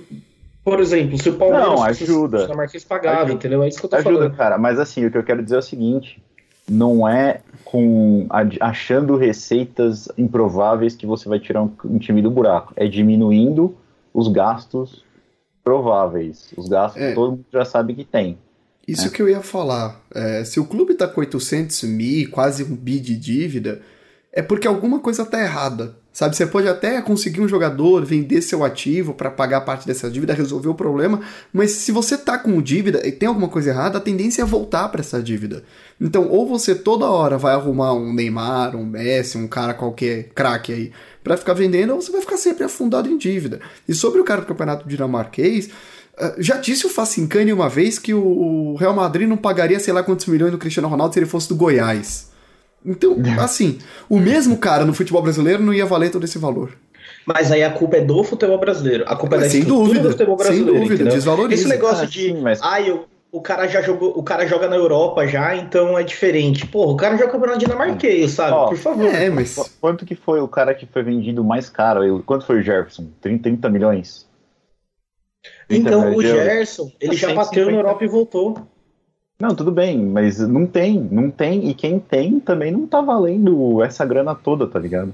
por exemplo, se o Palmeiras Não, fosse ajuda. o dinamarquês pagava, Ajuda. entendeu? É isso que eu tô Ajuda, falando. cara. Mas assim, o que eu quero dizer é o seguinte: não é com ad- achando receitas improváveis que você vai tirar um, um time do buraco. É diminuindo os gastos prováveis. Os gastos É. que todo mundo já sabe que tem. Isso É. que eu ia falar. É, se o clube tá com oitocentos mil, quase um bi de dívida, é porque alguma coisa tá errada. Sabe, você pode até conseguir um jogador, vender seu ativo para pagar parte dessa dívida, resolver o problema, mas se você tá com dívida e tem alguma coisa errada, a tendência é voltar para essa dívida. Então, ou você toda hora vai arrumar um Neymar, um Messi, um cara qualquer craque aí para ficar vendendo, ou você vai ficar sempre afundado em dívida. E sobre o cara do campeonato dinamarquês, já disse o Facincani uma vez que o Real Madrid não pagaria sei lá quantos milhões do Cristiano Ronaldo se ele fosse do Goiás. Então, assim, o mesmo cara no futebol brasileiro não ia valer todo esse valor. Mas aí a culpa é do futebol brasileiro. A culpa é da Sem estrutura dúvida, do futebol sem brasileiro. dúvida, entendeu? desvaloriza. Esse negócio Ah, de. sim, mas- Ai, o, o cara já jogou. O cara joga na Europa já, então é diferente. Porra, o cara joga campeonato dinamarquês, sabe? Ó, Por favor. É, mas... Qu- Quanto que foi o cara que foi vendido mais caro? Eu- Quanto foi o Jefferson? trinta, trinta milhões? trinta Então, o milhões de euros. Gerson, ele já cento e bateu na cinquenta. Europa e voltou. Não, tudo bem, mas não tem, não tem, e quem tem também não tá valendo essa grana toda, tá ligado?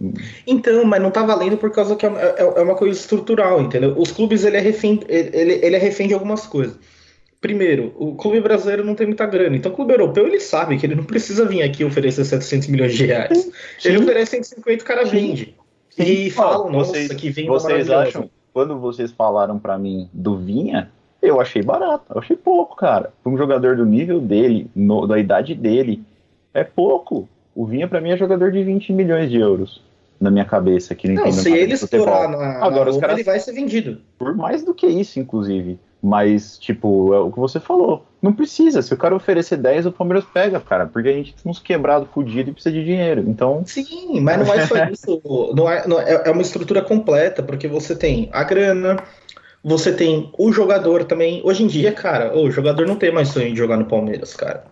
Então, mas não tá valendo por causa que é, é- é uma coisa estrutural, entendeu? Os clubes, ele é refém, ele, ele é refém de algumas coisas. Primeiro, o clube brasileiro não tem muita grana. Então, o clube europeu, ele sabe que ele não precisa vir aqui oferecer setecentos milhões de reais. Ele Sim. oferece cento e cinquenta, o cara Sim. vende. E Ó, falam, nossa, vocês, que vem vocês acham, quando vocês falaram pra mim do Vinha, eu achei barato, eu achei pouco, cara. Pra um jogador do nível dele, no- da idade dele, é pouco. O Vinha pra mim é jogador de vinte milhões de euros, na minha cabeça, que não Não, entendo se nada de ele futebol. estourar na, Agora, na os Roma, caras- ele vai ser vendido. Por mais do que isso, inclusive. Mas, tipo, é o que você falou. Não precisa. Se o cara oferecer dez, o Palmeiras pega, cara. Porque a gente tem uns quebrados fudidos e precisa de dinheiro. Então, Sim, mas não é só isso. Não é, não é, é uma estrutura completa, porque você tem a grana, você tem o jogador também. Hoje em dia, cara, o jogador não tem mais sonho de jogar no Palmeiras, cara.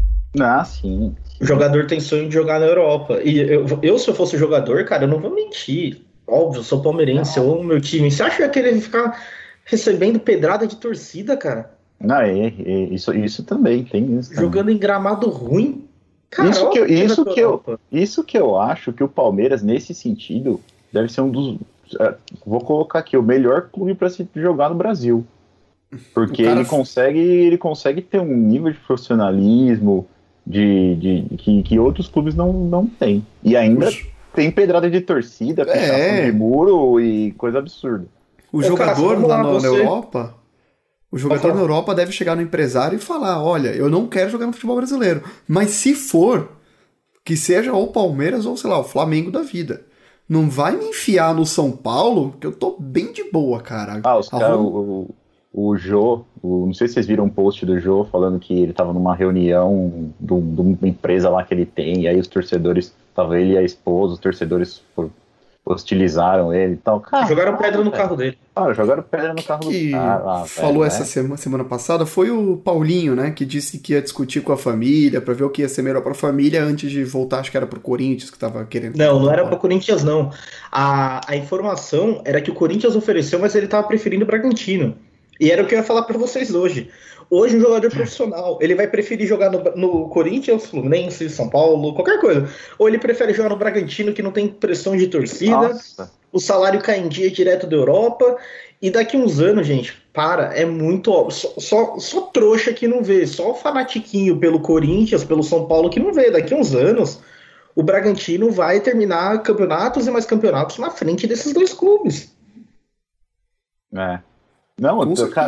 ah, sim. O jogador tem sonho de jogar na Europa. E eu, eu, se eu fosse jogador, cara, eu não vou mentir. Óbvio, eu sou palmeirense, eu amo meu time. Você acha que eu ia querer ficar recebendo pedrada de torcida, cara? Não, é, é, isso, isso também, tem isso. também. Jogando em gramado ruim? Cara, Isso que, eu, óbvio isso, vai pra que eu, Europa. isso que eu acho que o Palmeiras, nesse sentido, deve ser um dos. é, vou colocar aqui, o melhor clube para se jogar no Brasil. Porque O cara- ele, consegue, ele consegue ter um nível de profissionalismo de, de, que, que outros clubes não, não têm. E ainda Oxe. tem pedrada de torcida, pichação É. de muro e coisa absurda. O Ô, jogador Cássio, vamos lá lá, na, você- na Europa, o jogador Pode na falar. Europa deve chegar no empresário e falar, olha, eu não quero jogar no futebol brasileiro, mas se for, que seja ou o Palmeiras ou, sei lá, o Flamengo da vida. Não vai me enfiar no São Paulo, que eu tô bem de boa, cara. Ah, os caras, Arruma- o, o, o Jô, o- não sei se vocês viram um post do Jô falando que ele tava numa reunião de, um- de uma empresa lá que ele tem, e aí os torcedores, tava ele e a esposa, os torcedores for- hostilizaram ele e tal. Cara, Jogaram pedra no cara, carro dele. Cara, jogaram pedra no carro que do cara. lá, falou velho, essa né? semana, semana passada foi o Paulinho, né, que disse que ia discutir com a família pra ver o que ia ser melhor pra família antes de voltar, acho que era pro Corinthians que tava querendo. Não, não era para o Corinthians, não. A, a informação era que o Corinthians ofereceu, mas ele estava preferindo o Bragantino. E era o que eu ia falar para vocês hoje. Hoje, um jogador profissional, ele vai preferir jogar no, no Corinthians, Fluminense, São Paulo, qualquer coisa. Ou ele prefere jogar no Bragantino, que não tem pressão de torcida, Nossa, o salário cai em dia direto da Europa. E daqui uns anos, gente, para, é muito óbvio. Só, só, só trouxa que não vê, só o fanatiquinho pelo Corinthians, pelo São Paulo que não vê. Daqui uns anos, o Bragantino vai terminar campeonatos e mais campeonatos na frente desses dois clubes. é. Não, Com eu- certeza. cara,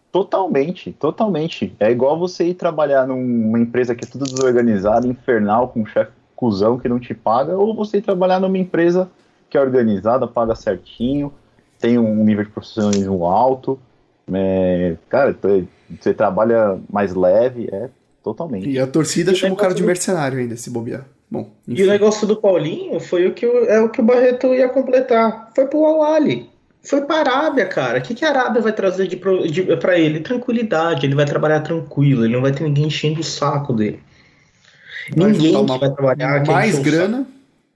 Totalmente, totalmente. É igual você ir trabalhar numa empresa que é tudo desorganizado, infernal, com um chefe cuzão que não te paga, ou você ir trabalhar numa empresa que é organizada, paga certinho, tem um nível de profissionalismo alto. É, cara, você trabalha mais leve, é totalmente. E a torcida chama o cara de mercenário ainda, se bobear. Bom, e o negócio do Paulinho foi o que o, é o que o Barreto ia completar. Foi pro Al-Ahly. Foi pra Arábia, cara. O que, que a Arábia vai trazer de, de, pra ele? Tranquilidade. Ele vai trabalhar tranquilo. Ele não vai ter ninguém enchendo o saco dele. Vai ninguém uma, que vai trabalhar... Mais grana.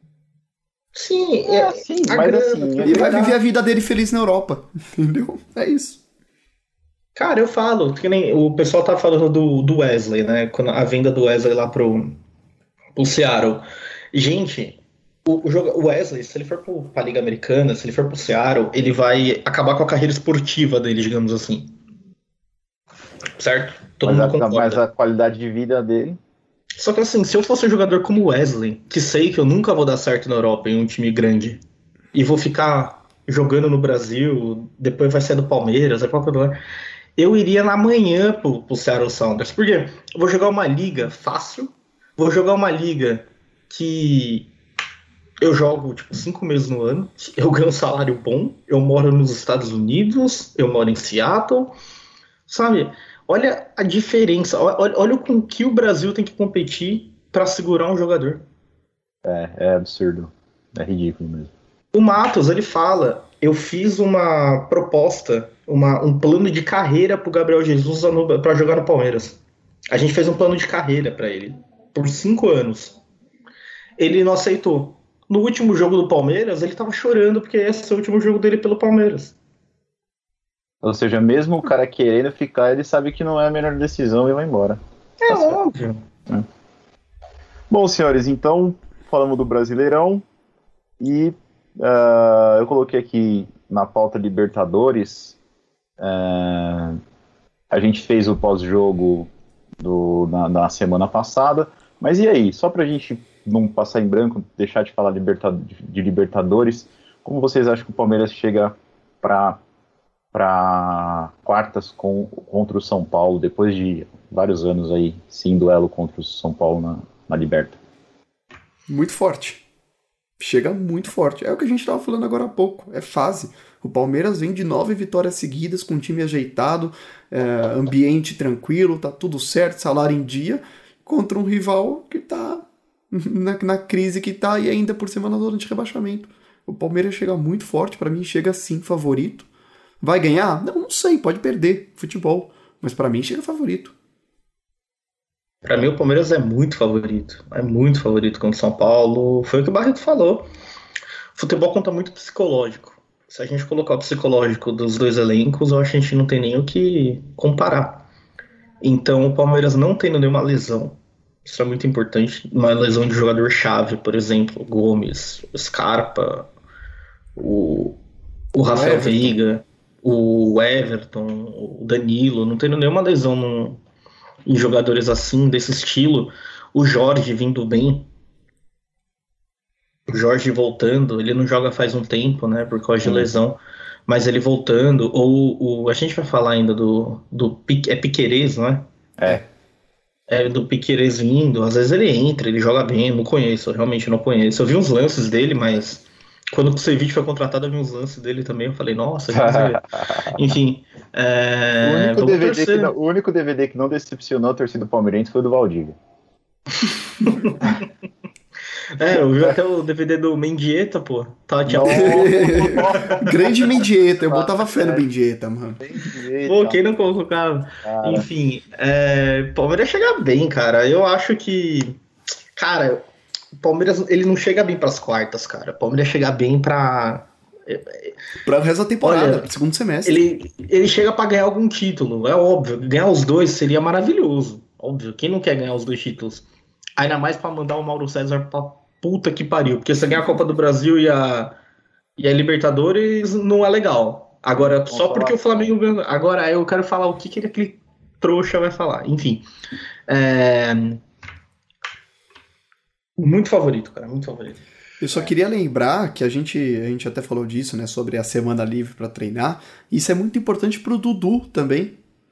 Sim, é, é sim, mas grana, assim... Ele vai viver a vida dele feliz na Europa. Entendeu? É isso. Cara, eu falo. Que nem o pessoal tá falando do, do Wesley, né? Quando a venda do Wesley lá pro, pro Seattle. Gente... O, o Wesley, se ele for para a Liga Americana, se ele for para o Seattle, ele vai acabar com a carreira esportiva dele, digamos assim. Certo? Todo mas, mundo a, concorda. Mas a qualidade de vida dele... Só que assim, se eu fosse um jogador como o Wesley, que sei que eu nunca vou dar certo na Europa em um time grande, e vou ficar jogando no Brasil, depois vai ser do Palmeiras, é qualquer lugar, eu iria na manhã pro, pro Seattle Sounders. Por quê? Eu vou jogar uma liga fácil, vou jogar uma liga que... Eu jogo, tipo, cinco meses no ano, eu ganho um salário bom, eu moro nos Estados Unidos, eu moro em Seattle, sabe? Olha a diferença, olha, olha com que o Brasil tem que competir para segurar um jogador. É, é absurdo, é ridículo mesmo. O Matos, ele fala, eu fiz uma proposta, uma, um plano de carreira pro Gabriel Jesus para jogar no Palmeiras. A gente fez um plano de carreira para ele, por cinco anos. Ele não aceitou. No último jogo do Palmeiras, ele tava chorando porque esse é o último jogo dele pelo Palmeiras. Ou seja, mesmo o cara querendo ficar, ele sabe que não é a melhor decisão e vai embora. É tá óbvio. É. Bom, senhores, então falamos do Brasileirão e uh, eu coloquei aqui na pauta Libertadores. Uh, a gente fez o pós-jogo do, na, na semana passada, mas e aí? Só pra gente não passar em branco, deixar de falar liberta, de Libertadores, como vocês acham que o Palmeiras chega para para quartas com, contra o São Paulo, depois de vários anos aí, sim, duelo contra o São Paulo na, na Liberta? Muito forte. Chega muito forte. É o que a gente estava falando agora há pouco. É fase. O Palmeiras vem de nove vitórias seguidas, com um time ajeitado, é, ambiente tranquilo, tá tudo certo, salário em dia, contra um rival que tá Na, na crise que tá e ainda por cima na zona de rebaixamento. O Palmeiras chega muito forte, pra mim chega sim favorito. Vai ganhar? Não, não sei, pode perder, futebol, mas pra mim chega favorito. Pra mim o Palmeiras é muito favorito, é muito favorito contra o São Paulo. Foi o que o Barreto falou. Futebol conta muito psicológico. Se a gente colocar o psicológico dos dois elencos, eu acho que a gente não tem nem o que comparar. Então o Palmeiras não tendo nenhuma lesão, isso é muito importante. Uma lesão de jogador-chave, por exemplo, Gomes, Scarpa, o, o Rafael Everton. Veiga, o Everton, o Danilo, não tendo nenhuma lesão no, em jogadores assim, desse estilo. O Jorge vindo bem. O Jorge voltando, ele não joga faz um tempo, né, por causa de lesão, mas ele voltando. Ou o, a gente vai falar ainda do, do é Piquerez, não é? É. É, do Piquerez vindo, às vezes ele entra, ele joga bem, eu não conheço, eu realmente não conheço. Eu vi uns lances dele, mas quando o Kusevich foi contratado, eu vi uns lances dele também, eu falei, nossa, enfim. É... O, único D V D que não, o único D V D que não decepcionou a torcida palmeirense foi o do Valdívia. É, eu vi até o D V D do Mendieta, pô. Tá, tinha... Grande Mendieta, eu botava fé no Mendieta, mano. Mendieta. Pô, quem não colocava? Enfim, é... Palmeiras chega bem, cara. Eu acho que... Cara, o Palmeiras, ele não chega bem pras quartas, cara. O Palmeiras chega bem pra... Pra o resto da temporada, Olha, segundo semestre. Ele, ele chega pra ganhar algum título, é óbvio. Ganhar os dois seria maravilhoso. Óbvio, quem não quer ganhar os dois títulos? Ainda mais pra mandar o Mauro César pra puta que pariu. Porque você ganhar a Copa do Brasil e a, e a Libertadores não é legal. Agora, Vamos só porque falar. o Flamengo... Agora eu quero falar o que, que aquele trouxa vai falar. Enfim. É... Muito favorito, cara. Muito favorito. Eu só queria lembrar que a gente, a gente até falou disso, né? Sobre a semana livre pra treinar. Isso é muito importante pro Dudu também.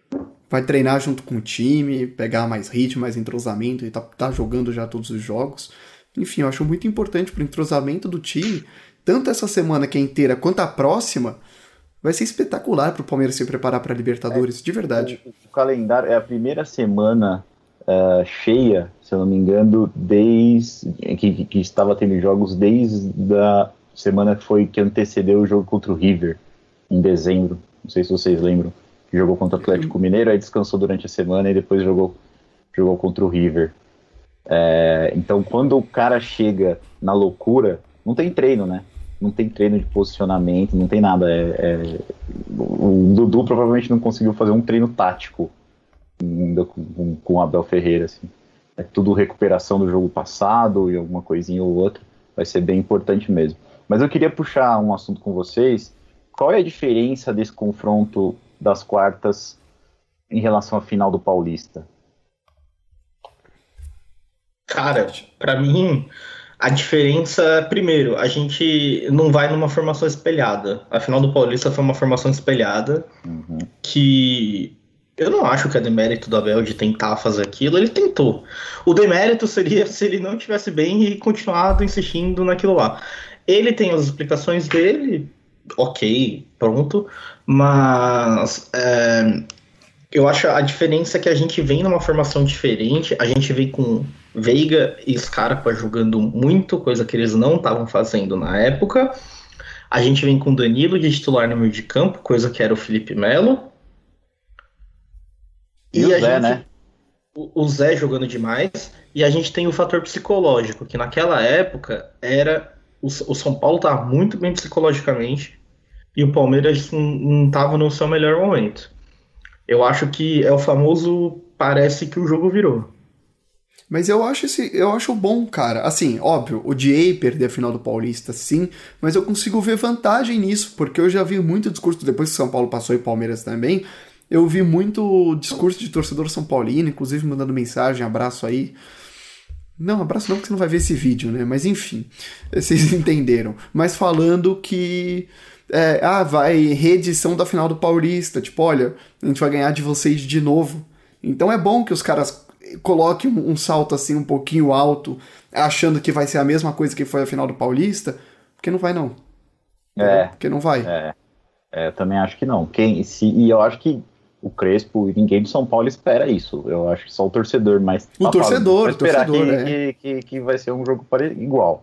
vai treinar junto com o time, pegar mais ritmo, mais entrosamento e tá, tá jogando já todos os jogos. Enfim, eu acho muito importante pro entrosamento do time, tanto essa semana que é inteira quanto a próxima, vai ser espetacular pro Palmeiras se preparar pra Libertadores, é, de verdade. O, o calendário é a primeira semana uh, cheia, se eu não me engano, desde que, que estava tendo jogos desde a semana que foi que antecedeu o jogo contra o River, em dezembro. Não sei se vocês lembram, que jogou contra o Atlético Mineiro, aí descansou durante a semana e depois jogou, jogou contra o River. É, então, quando o cara chega na loucura, não tem treino, né? Não tem treino de posicionamento, não tem nada. É, é, o Dudu provavelmente não conseguiu fazer um treino tático ainda com, com o Abel Ferreira. Assim. É tudo recuperação do jogo passado e alguma coisinha ou outra. Vai ser bem importante mesmo. Mas eu queria puxar um assunto com vocês. Qual é a diferença desse confronto das quartas em relação à final do Paulista? Cara, pra mim, a diferença, primeiro, a gente não vai numa formação espelhada. A final do Paulista foi uma formação espelhada, uhum. que eu não acho que é demérito do Abel de tentar fazer aquilo, ele tentou. O demérito seria se ele não estivesse bem e continuado insistindo naquilo lá. Ele tem as explicações dele, ok, pronto, mas é, eu acho a diferença é que a gente vem numa formação diferente, a gente vem com Veiga e Scarpa jogando muito, coisa que eles não estavam fazendo na época. A gente vem com Danilo de titular no meio de campo, coisa que era o Felipe Melo. E, e o Zé, gente, né? O, o Zé jogando demais. E a gente tem o fator psicológico, que naquela época era o, o São Paulo estava muito bem psicologicamente e o Palmeiras não estava no seu melhor momento. Eu acho que é o famoso parece que o jogo virou. Mas eu acho esse, eu acho bom, cara. Assim, óbvio, odiei perder a final do Paulista, sim, mas eu consigo ver vantagem nisso, porque eu já vi muito discurso, depois que São Paulo passou e Palmeiras também, eu vi muito discurso de torcedor são paulino, inclusive mandando mensagem, abraço aí. Não, abraço não, porque você não vai ver esse vídeo, né? Mas enfim, vocês entenderam. Mas falando que é, ah, vai reedição da final do Paulista, tipo, olha, a gente vai ganhar de vocês de novo. Então é bom que os caras coloque um, um salto assim um pouquinho alto, achando que vai ser a mesma coisa que foi a final do Paulista, porque não vai não. É. Porque não vai. É, é eu também acho que não. Quem, se, e eu acho que o Crespo e ninguém do São Paulo espera isso. Eu acho que só o torcedor, mas... O tá torcedor, vai esperar torcedor, que, é. que, que, que vai ser um jogo igual.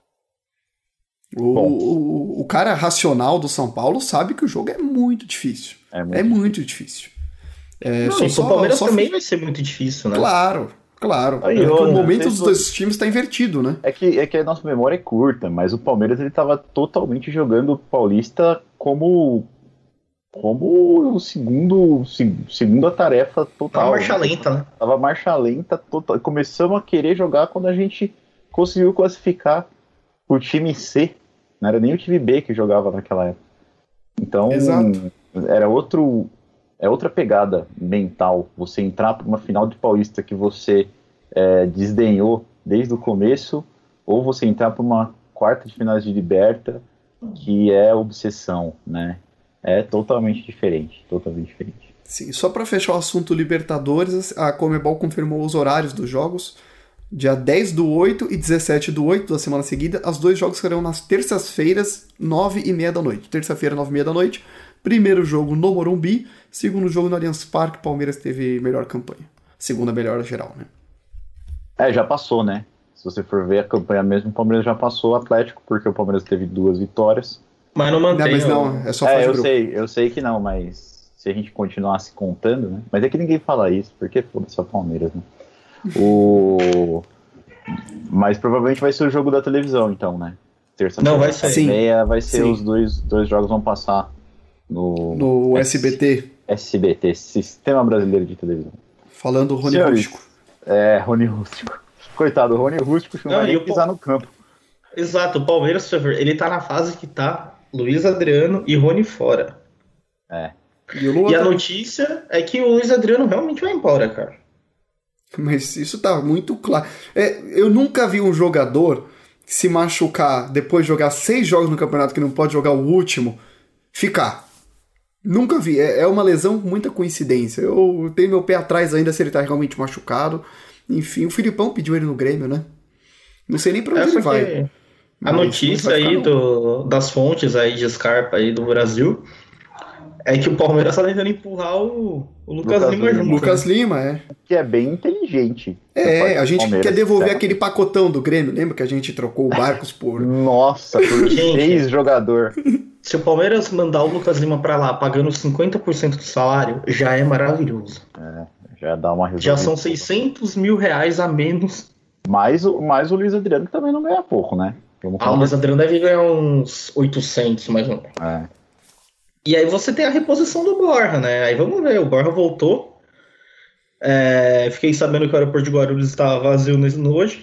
O, o, o cara racional do São Paulo sabe que o jogo é muito difícil. É muito, é difícil. muito difícil. É, não, só, o Palmeiras só... também vai ser muito difícil, né? Claro, claro. Aí, é que o momento dos dois times está invertido, né? É que, é que a nossa memória é curta, mas o Palmeiras ele estava totalmente jogando o Paulista como, como o segundo, segunda tarefa total. Tava marcha lenta, né? Tava marcha lenta total. Começamos a querer jogar quando a gente conseguiu classificar o time C. Não era nem o time B que jogava naquela época. Então, Exato. era outro... É outra pegada mental, você entrar para uma final de Paulista que você é, desdenhou desde o começo, ou você entrar para uma quarta de finais de Liberta, que é obsessão, né? É totalmente diferente, totalmente diferente. Sim, só para fechar o assunto Libertadores, a Conmebol confirmou os horários dos jogos, dia dez do oito e dezessete do oito da semana seguida. Os dois jogos serão nas terças-feiras, nove e meia da noite. Terça-feira, nove e meia da noite. Primeiro jogo no Morumbi, segundo jogo no Allianz Parque, Palmeiras teve melhor campanha. Segunda melhor geral, né? É, já passou, né? Se você for ver a campanha mesmo, o Palmeiras já passou o Atlético, porque o Palmeiras teve duas vitórias. Mas não mantém. Não, mas não, é só É, eu grupo. sei, eu sei que não, mas se a gente continuasse contando, né? Mas é que ninguém fala isso, porque foda-se o Palmeiras, né? O... Mas provavelmente vai ser o jogo da televisão, então, né? Terça-feira, não, vai ser. Sim. Meia, vai ser Sim. os dois, dois jogos vão passar no, no S B T. S B T, Sistema Brasileiro de Televisão. Falando Rony Senhores, Rústico. É, Rony Rústico. Coitado, o Rony Rústico não, não vai nem pisar no campo. Exato, o Palmeiras, ele tá na fase que tá Luiz Adriano e Rony fora. É. E, e a notícia é que o Luiz Adriano realmente vai embora, cara. Mas isso tá muito claro. É, eu nunca vi um jogador se machucar depois de jogar seis jogos no campeonato que não pode jogar o último, ficar. Nunca vi. É, é uma lesão com muita coincidência. Eu tenho meu pé atrás ainda se ele tá realmente machucado. Enfim, o Filipão pediu ele no Grêmio, né? Não sei nem pra onde Essa ele vai. que- A Mas notícia não vai ficar, aí não. do, das fontes aí de Scarpa aí do Brasil é que o Palmeiras tá tentando empurrar o, o Lucas, Lucas Lima Lima. junto. Lucas né? Lima, é. Que é bem inteligente. Da parte É, a do gente Palmeiras, quer devolver certo? aquele pacotão do Grêmio. Lembra que a gente trocou o Barcos por... Nossa, por Gente. seis jogador. Se o Palmeiras mandar o Lucas Lima pra lá pagando cinquenta por cento do salário, já é maravilhoso. Já dá uma resolvida. Já são seiscentos mil reais a menos. Mais o, mais o Luiz Adriano, que também não ganha pouco, né? Vamos Ah, o Luiz Adriano deve ganhar uns oitocentos, mais ou menos. É. E aí você tem a reposição do Borja, né? Aí vamos ver, o Borja voltou. É, fiquei sabendo que o aeroporto de Guarulhos estava vazio nesse- hoje.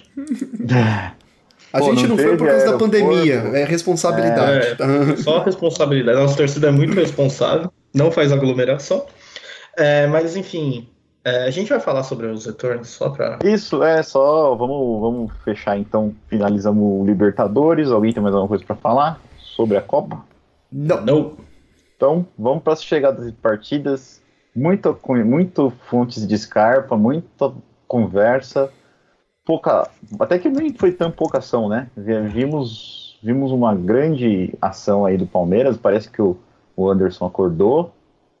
A Pô, gente não não foi teve por causa da aeroporto. pandemia. É responsabilidade. É, só responsabilidade. Nossa torcida é muito responsável, não faz aglomeração. É, mas enfim, é, a gente vai falar sobre os retornos só pra. Isso, é só. Vamos, vamos fechar então. Finalizamos o Libertadores. Alguém tem mais alguma coisa pra falar sobre a Copa? Não. Não. Então, vamos para as chegadas de partidas. Muito, muito fontes de Scarpa, muita conversa. Pouca. Até que nem foi tão pouca ação, né? Vimos, vimos uma grande ação aí do Palmeiras. Parece que o, o Anderson acordou.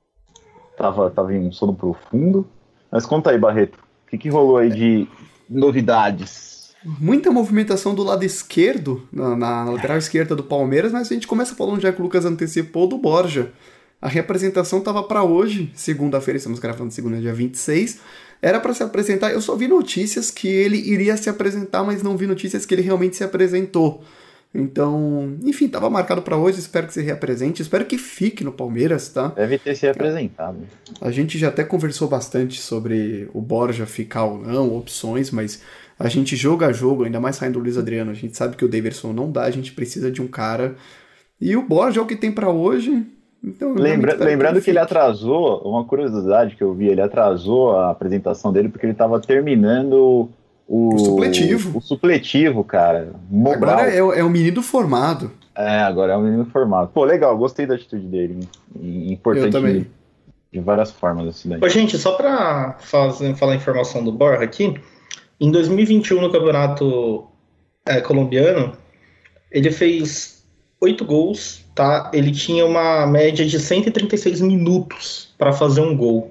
Tava, tava em um sono profundo. Mas conta aí, Barreto. O que, que rolou aí de novidades? Muita movimentação do lado esquerdo, na, na lateral esquerda do Palmeiras, mas a gente começa falando já que o Lucas antecipou do Borja. A representação estava para hoje, segunda-feira, estamos gravando segunda, dia vinte e seis. Era para se apresentar, eu só vi notícias que ele iria se apresentar, mas não vi notícias que ele realmente se apresentou. Então, enfim, estava marcado para hoje, espero que se reapresente, espero que fique no Palmeiras, tá? Deve ter se apresentado. A gente já até conversou bastante sobre o Borja ficar ou não, opções, mas a gente jogo a jogo, ainda mais saindo do Luiz Adriano, a gente sabe que o Daverson não dá, a gente precisa de um cara. E o Borja é o que tem para hoje. Então, eu Lembra, realmente lembrando que, espero ele fique. atrasou, uma curiosidade que eu vi, ele atrasou a apresentação dele porque ele estava terminando o, O supletivo. O supletivo, cara. Mobral. Agora é, o- é o menino formado. É, agora é um menino formado. Pô, legal, gostei da atitude dele. E importante Eu também. de várias formas assim daí. Ô, gente, só pra fazer, falar a informação do Borja aqui, em dois mil e vinte e um, no campeonato é, colombiano, ele fez oito gols, tá? Ele tinha uma média de cento e trinta e seis minutos para fazer um gol.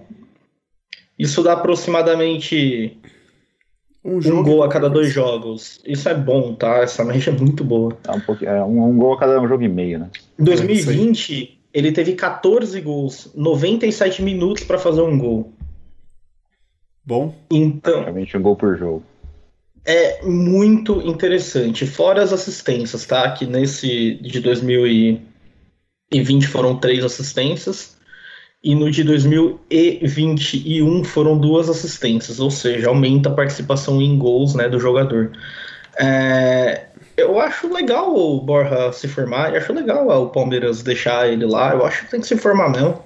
Isso dá aproximadamente Um, um jogo gol a cada dois jogos. Isso é bom, tá? Essa média é muito boa. É um, pouquinho, é um, um gol a cada um jogo e meio, né? Em dois mil e vinte, ele teve catorze gols, noventa e sete minutos para fazer um gol. Bom. Então, Realmente um gol por jogo. é muito interessante. Fora as assistências, tá? Que nesse de dois mil e vinte foram três assistências. E no de dois mil e vinte e um foram duas assistências. Ou seja, aumenta a participação em gols, né, do jogador. É, eu acho legal o Borja se formar. Eu acho legal o Palmeiras deixar ele lá. Eu acho que tem que se formar mesmo.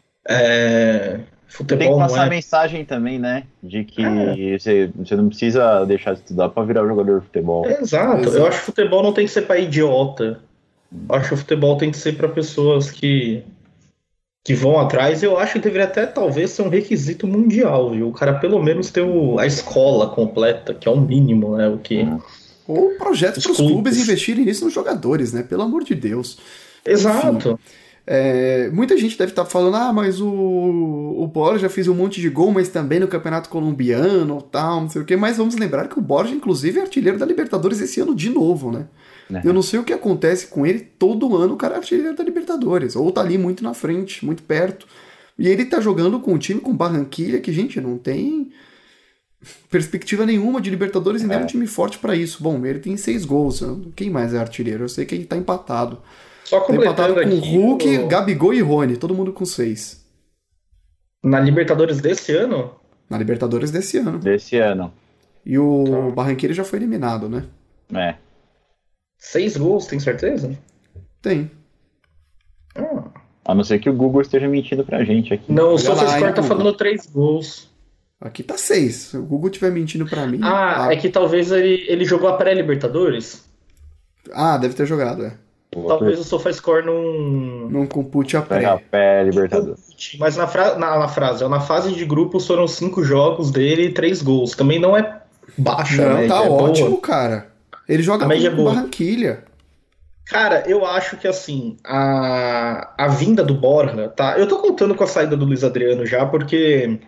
É, Tem que futebol não passar a é... mensagem também, né? De que É. você, você não precisa deixar de estudar para virar jogador de futebol. Exato. Exato. Eu acho que futebol não tem que ser para idiota. Eu acho que o futebol tem que ser para pessoas que, que vão atrás. Eu acho que deveria até talvez ser um requisito mundial, viu? O cara pelo menos ter o, a escola completa, que é o mínimo, né? O que... Ou projetos Os para os clubes. clubes investirem nisso nos jogadores, né? Pelo amor de Deus. Exato. É, muita gente deve estar falando, ah, mas o, o Borja fez um monte de gol, mas também no Campeonato Colombiano, tal, não sei o quê. Mas vamos lembrar que o Borja, inclusive, é artilheiro da Libertadores esse ano de novo, né? Né? Eu não sei o que acontece com ele, todo ano o cara é artilheiro da Libertadores, ou tá ali muito na frente, muito perto. E ele tá jogando com um time com Barranquilla, que, gente, não tem perspectiva nenhuma de Libertadores e nem É. um time forte pra isso. Bom, ele tem seis gols, quem mais é artilheiro? Eu sei que ele tá empatado. Só Tá empatado completando com aqui, Hulk, o- Gabigol e Rony, todo mundo com seis. na Libertadores desse ano, Na Libertadores desse ano. Desse ano. E o Tá. Barranquilla já foi eliminado, né? É. seis gols, tem certeza? Tem. Ah. A não ser que o Google esteja mentindo pra gente aqui. Não, o Olha SofaScore lá, tá hein, falando três gols. Aqui tá seis. Se o Google estiver mentindo pra mim... Ah, ah, é que talvez ele, ele jogou a pré-Libertadores. ah, deve ter jogado, é. talvez o SofaScore não... Não compute a Pega a pré. pé, Libertadores. Mas na, fra... na, na frase, na fase de grupos foram cinco jogos dele e três gols. Também não é baixa, Não, né? tá É ótimo, boa. cara. Ele joga A média é com boa. Barranquilha. Cara, eu acho que assim, a, a vinda do Borja, tá? Eu tô contando com a saída do Luiz Adriano já, porque.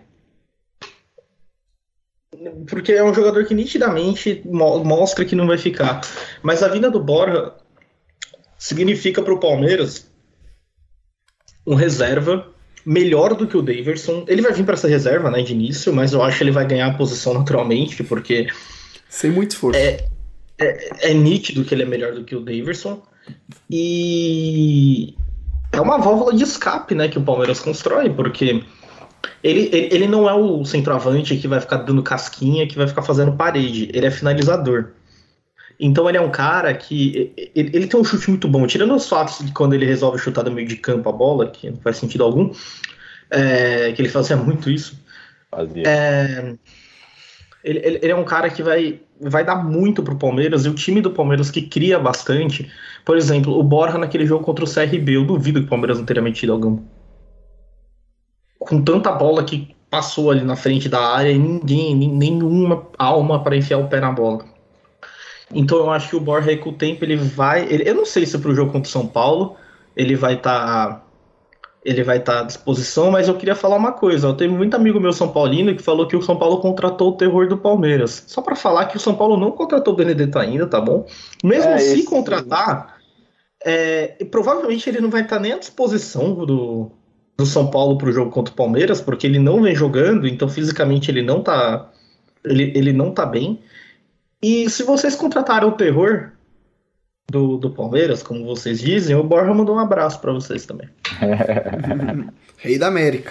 Porque é um jogador que nitidamente mo- mostra que não vai ficar. Mas a vinda do Borja significa pro Palmeiras um reserva melhor do que o Daverson. Ele vai vir pra essa reserva, né, de início, mas eu acho que ele vai ganhar a posição naturalmente, porque Sem muito esforço. É, é nítido que ele é melhor do que o Daverson. E é uma válvula de escape, né, que o Palmeiras constrói, porque ele, ele, ele não é o centroavante que vai ficar dando casquinha, que vai ficar fazendo parede. Ele é finalizador. Então ele é um cara que ele, ele tem um chute muito bom, tirando os fatos de quando ele resolve chutar do meio de campo a bola, que não faz sentido algum, é, que ele fazia muito isso. Fazia. É, ele, ele, ele é um cara que vai, vai dar muito pro Palmeiras, e o time do Palmeiras que cria bastante. Por exemplo, o Borja naquele jogo contra o C R B, eu duvido que o Palmeiras não teria metido algum. Com tanta bola que passou ali na frente da área e ninguém, nenhuma alma para enfiar o pé na bola. Então eu acho que o Borja, com o tempo, ele vai... Ele, eu não sei se pro jogo contra o São Paulo ele vai estar... Tá, ele vai estar tá à disposição, mas eu queria falar uma coisa. Eu tenho muito amigo meu São Paulino que falou que o São Paulo contratou o terror do Palmeiras. Só para falar que o São Paulo não contratou o Benedetto ainda, tá bom? Mesmo É, se esse... contratar, é, provavelmente ele não vai estar tá nem à disposição do, do São Paulo pro jogo contra o Palmeiras, porque ele não vem jogando, então fisicamente ele não tá, ele, ele não tá bem. E se vocês contrataram o terror do, do Palmeiras, como vocês dizem, o Borja mandou um abraço para vocês também. Rei da América.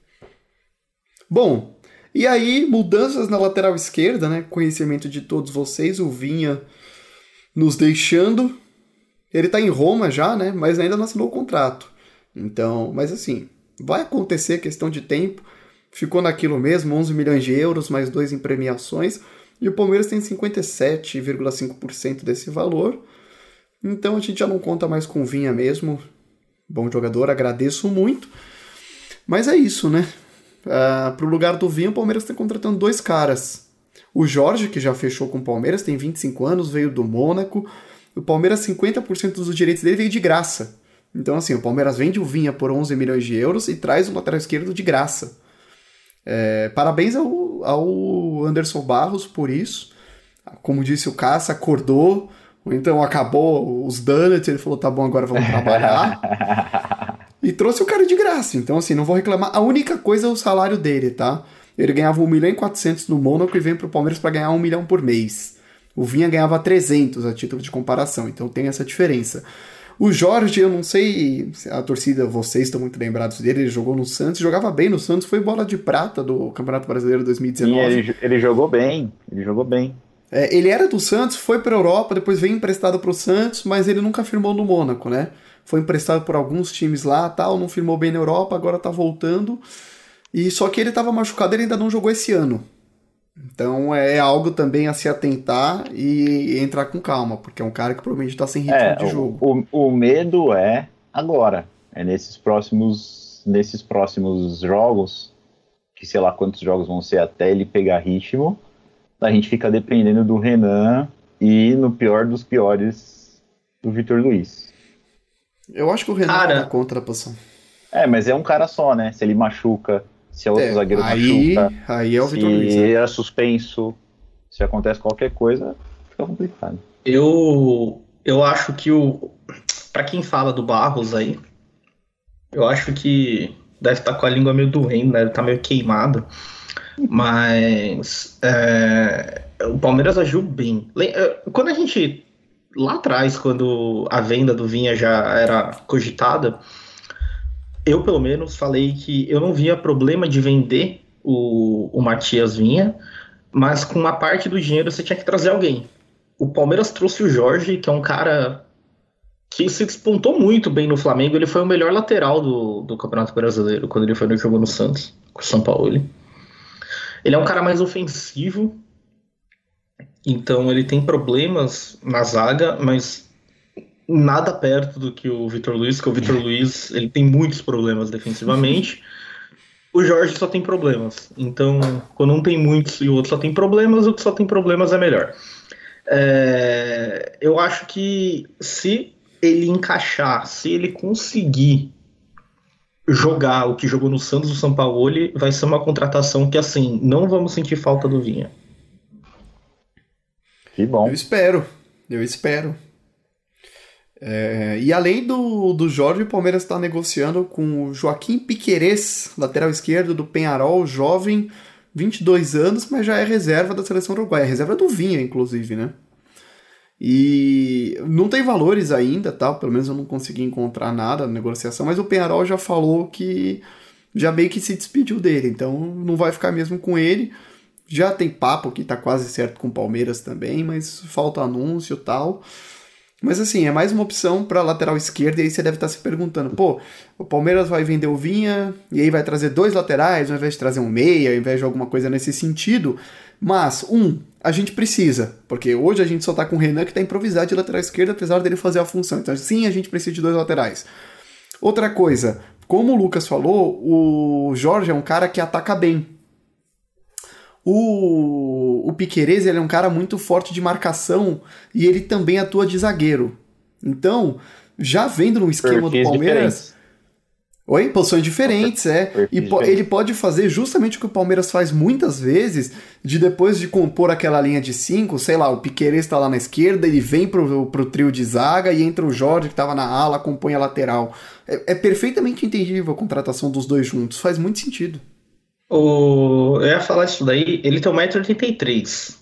Bom, e aí, mudanças na lateral esquerda, né? Conhecimento de todos vocês, o Vinha nos deixando. Ele tá em Roma já, né? Mas ainda não assinou o contrato. Então, mas assim, vai acontecer, questão de tempo. Ficou naquilo mesmo, onze milhões de euros, mais dois em premiações. E o Palmeiras tem cinquenta e sete vírgula cinco por cento desse valor. Então a gente já não conta mais com o Vinha mesmo. Bom jogador, agradeço muito. Mas é isso, né? Uh, pro lugar do Vinha, o Palmeiras está contratando dois caras. O Jorge, que já fechou com o Palmeiras, tem vinte e cinco anos, veio do Mônaco. O Palmeiras, cinquenta por cento dos direitos dele veio de graça. Então, assim, o Palmeiras vende o Vinha por onze milhões de euros e traz o lateral esquerdo de graça. É, parabéns ao, ao Anderson Barros por isso. Como disse o Cássio, acordou, ou então acabou os donuts, ele falou, tá bom, agora vamos trabalhar. E trouxe o cara de graça. Então, assim, não vou reclamar. A única coisa é o salário dele, tá? Ele ganhava um milhão e quatrocentos no Mônaco e vem pro Palmeiras para ganhar um milhão por mês. O Vinha ganhava trezentos a título de comparação, então tem essa diferença. O Jorge, eu não sei, a torcida, vocês estão muito lembrados dele, ele jogou no Santos, jogava bem no Santos, foi bola de prata do Campeonato Brasileiro dois mil e dezenove. Sim, ele, ele jogou bem, ele jogou bem. É, ele era do Santos, foi para a Europa, depois veio emprestado para o Santos, mas ele nunca firmou no Mônaco, né? Foi emprestado por alguns times lá, tal, não firmou bem na Europa, agora tá voltando. E só que ele estava machucado, ele ainda não jogou esse ano. Então é algo também a se atentar e entrar com calma, porque é um cara que provavelmente está sem ritmo é, de jogo. O, o medo é agora, é nesses próximos, nesses próximos jogos, que sei lá quantos jogos vão ser até ele pegar ritmo, a gente fica dependendo do Renan e, no pior dos piores, do Vitor Luiz. Eu acho que o Renan Cara, vai dar conta da posição. É, mas é um cara só, né? Se ele machuca, se é outro É, zagueiro aí, machuca, aí é o se Vitor Luiz. Né? é suspenso, se acontece qualquer coisa, fica complicado. Eu, eu acho que o... Pra quem fala do Barros aí, eu acho que deve estar com a língua meio doendo, né? Deve estar meio queimado. Mas é, o Palmeiras agiu bem. Quando a gente... Lá atrás, quando a venda do Vinha já era cogitada, eu, pelo menos, falei que eu não via problema de vender o, o Matias Vinha, mas com uma parte do dinheiro você tinha que trazer alguém. O Palmeiras trouxe o Jorge, que é um cara que se despontou muito bem no Flamengo. Ele foi o melhor lateral do, do Campeonato Brasileiro quando ele foi no jogo no Santos, com o São Paulo. Ele é um cara mais ofensivo, então ele tem problemas na zaga, mas nada perto do que o Vitor Luiz, que o Vitor Luiz ele tem muitos problemas defensivamente. O Jorge só tem problemas. Então, quando um tem muitos e o outro só tem problemas, o que só tem problemas é melhor. É, eu acho que se ele encaixar, se ele conseguir jogar o que jogou no Santos do Sampaoli, vai ser uma contratação que, assim, não vamos sentir falta do Vinha. Que bom. Eu espero, eu espero. É, e além do, do Jorge, o Palmeiras está negociando com o Joaquim Piquerez, lateral esquerdo do Peñarol, jovem, vinte e dois anos, mas já é reserva da seleção uruguaia, reserva do Vinha, inclusive, né? E não tem valores ainda, tá? Pelo menos eu não consegui encontrar nada na negociação, mas o Peñarol já falou que já meio que se despediu dele, então não vai ficar mesmo com ele. Já tem papo que tá quase certo com o Palmeiras também, mas falta anúncio e tal. Mas assim, é mais uma opção para lateral esquerda, e aí você deve estar se perguntando, pô, o Palmeiras vai vender o Vinha, e aí vai trazer dois laterais, ao invés de trazer um meia, ao invés de alguma coisa nesse sentido. Mas, um, a gente precisa, porque hoje a gente só tá com o Renan que tá improvisado de lateral esquerda, apesar dele fazer a função. Então, sim, a gente precisa de dois laterais. Outra coisa, como o Lucas falou, o Jorge é um cara que ataca bem. O, o Piquerez, ele é um cara muito forte de marcação e ele também atua de zagueiro. Então, já vendo no esquema Perfis do Palmeiras... Diferentes. Oi? Posições diferentes, é. Perfis e po- ele pode fazer justamente o que o Palmeiras faz muitas vezes, de depois de compor aquela linha de cinco, sei lá, o Piquerez tá lá na esquerda, ele vem pro, pro trio de zaga e entra o Jorge, que tava na ala, compõe a lateral. É, é perfeitamente entendível a contratação dos dois juntos, faz muito sentido. O... Eu ia falar isso daí, ele tem um metro e oitenta e três.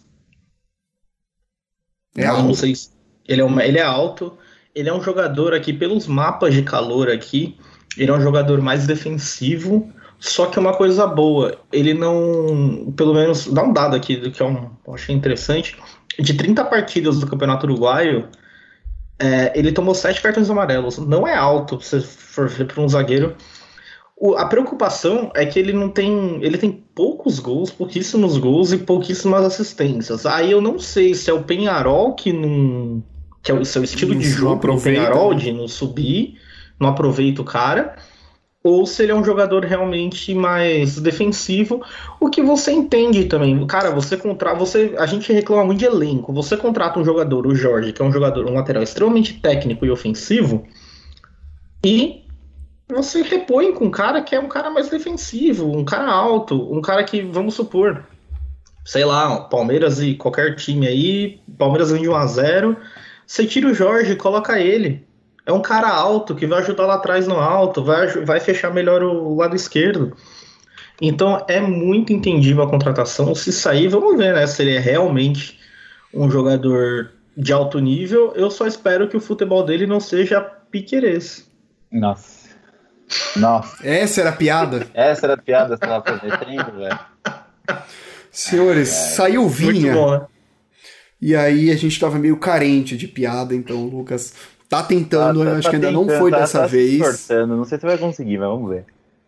É não, alto. Não sei se... ele, é uma... ele é alto, ele é um jogador aqui, pelos mapas de calor aqui, ele é um jogador mais defensivo, só que é uma coisa boa, ele não, pelo menos, dá um dado aqui, do que é um, eu achei interessante, de trinta partidas do Campeonato Uruguaio, é, ele tomou sete cartões amarelos, não é alto, se for ver para um zagueiro. O, a preocupação é que ele não tem. Ele tem poucos gols, pouquíssimos gols e pouquíssimas assistências. Aí eu não sei se é o Peñarol que não. Que é o seu estilo não de jogo do Peñarol, de não subir, não aproveita o cara, ou se ele é um jogador realmente mais defensivo, o que você entende também. Cara, você contrata. Você, a gente reclama muito de elenco. Você contrata um jogador, o Jorge, que é um jogador, um lateral extremamente técnico e ofensivo, e você repõe com um cara que é um cara mais defensivo, um cara alto, um cara que, vamos supor, sei lá, Palmeiras e qualquer time aí, Palmeiras vende um a zero, você tira o Jorge e coloca ele. É um cara alto que vai ajudar lá atrás no alto, vai, vai fechar melhor o lado esquerdo. Então é muito entendível a contratação. Se sair, vamos ver, né, se ele é realmente um jogador de alto nível. Eu só espero que o futebol dele não seja Piquerez. Nossa. Nossa. Essa era a piada? Essa era a piada que você tava prometendo, velho. Senhores, ai, ai. Saiu o Vinha. Muito bom, né? E aí a gente tava meio carente de piada, então o Lucas tá tentando, tá, tá, acho tá que ainda tentando, não foi tá, dessa tá vez. Se esforçando. Não sei se vai conseguir, mas vamos ver.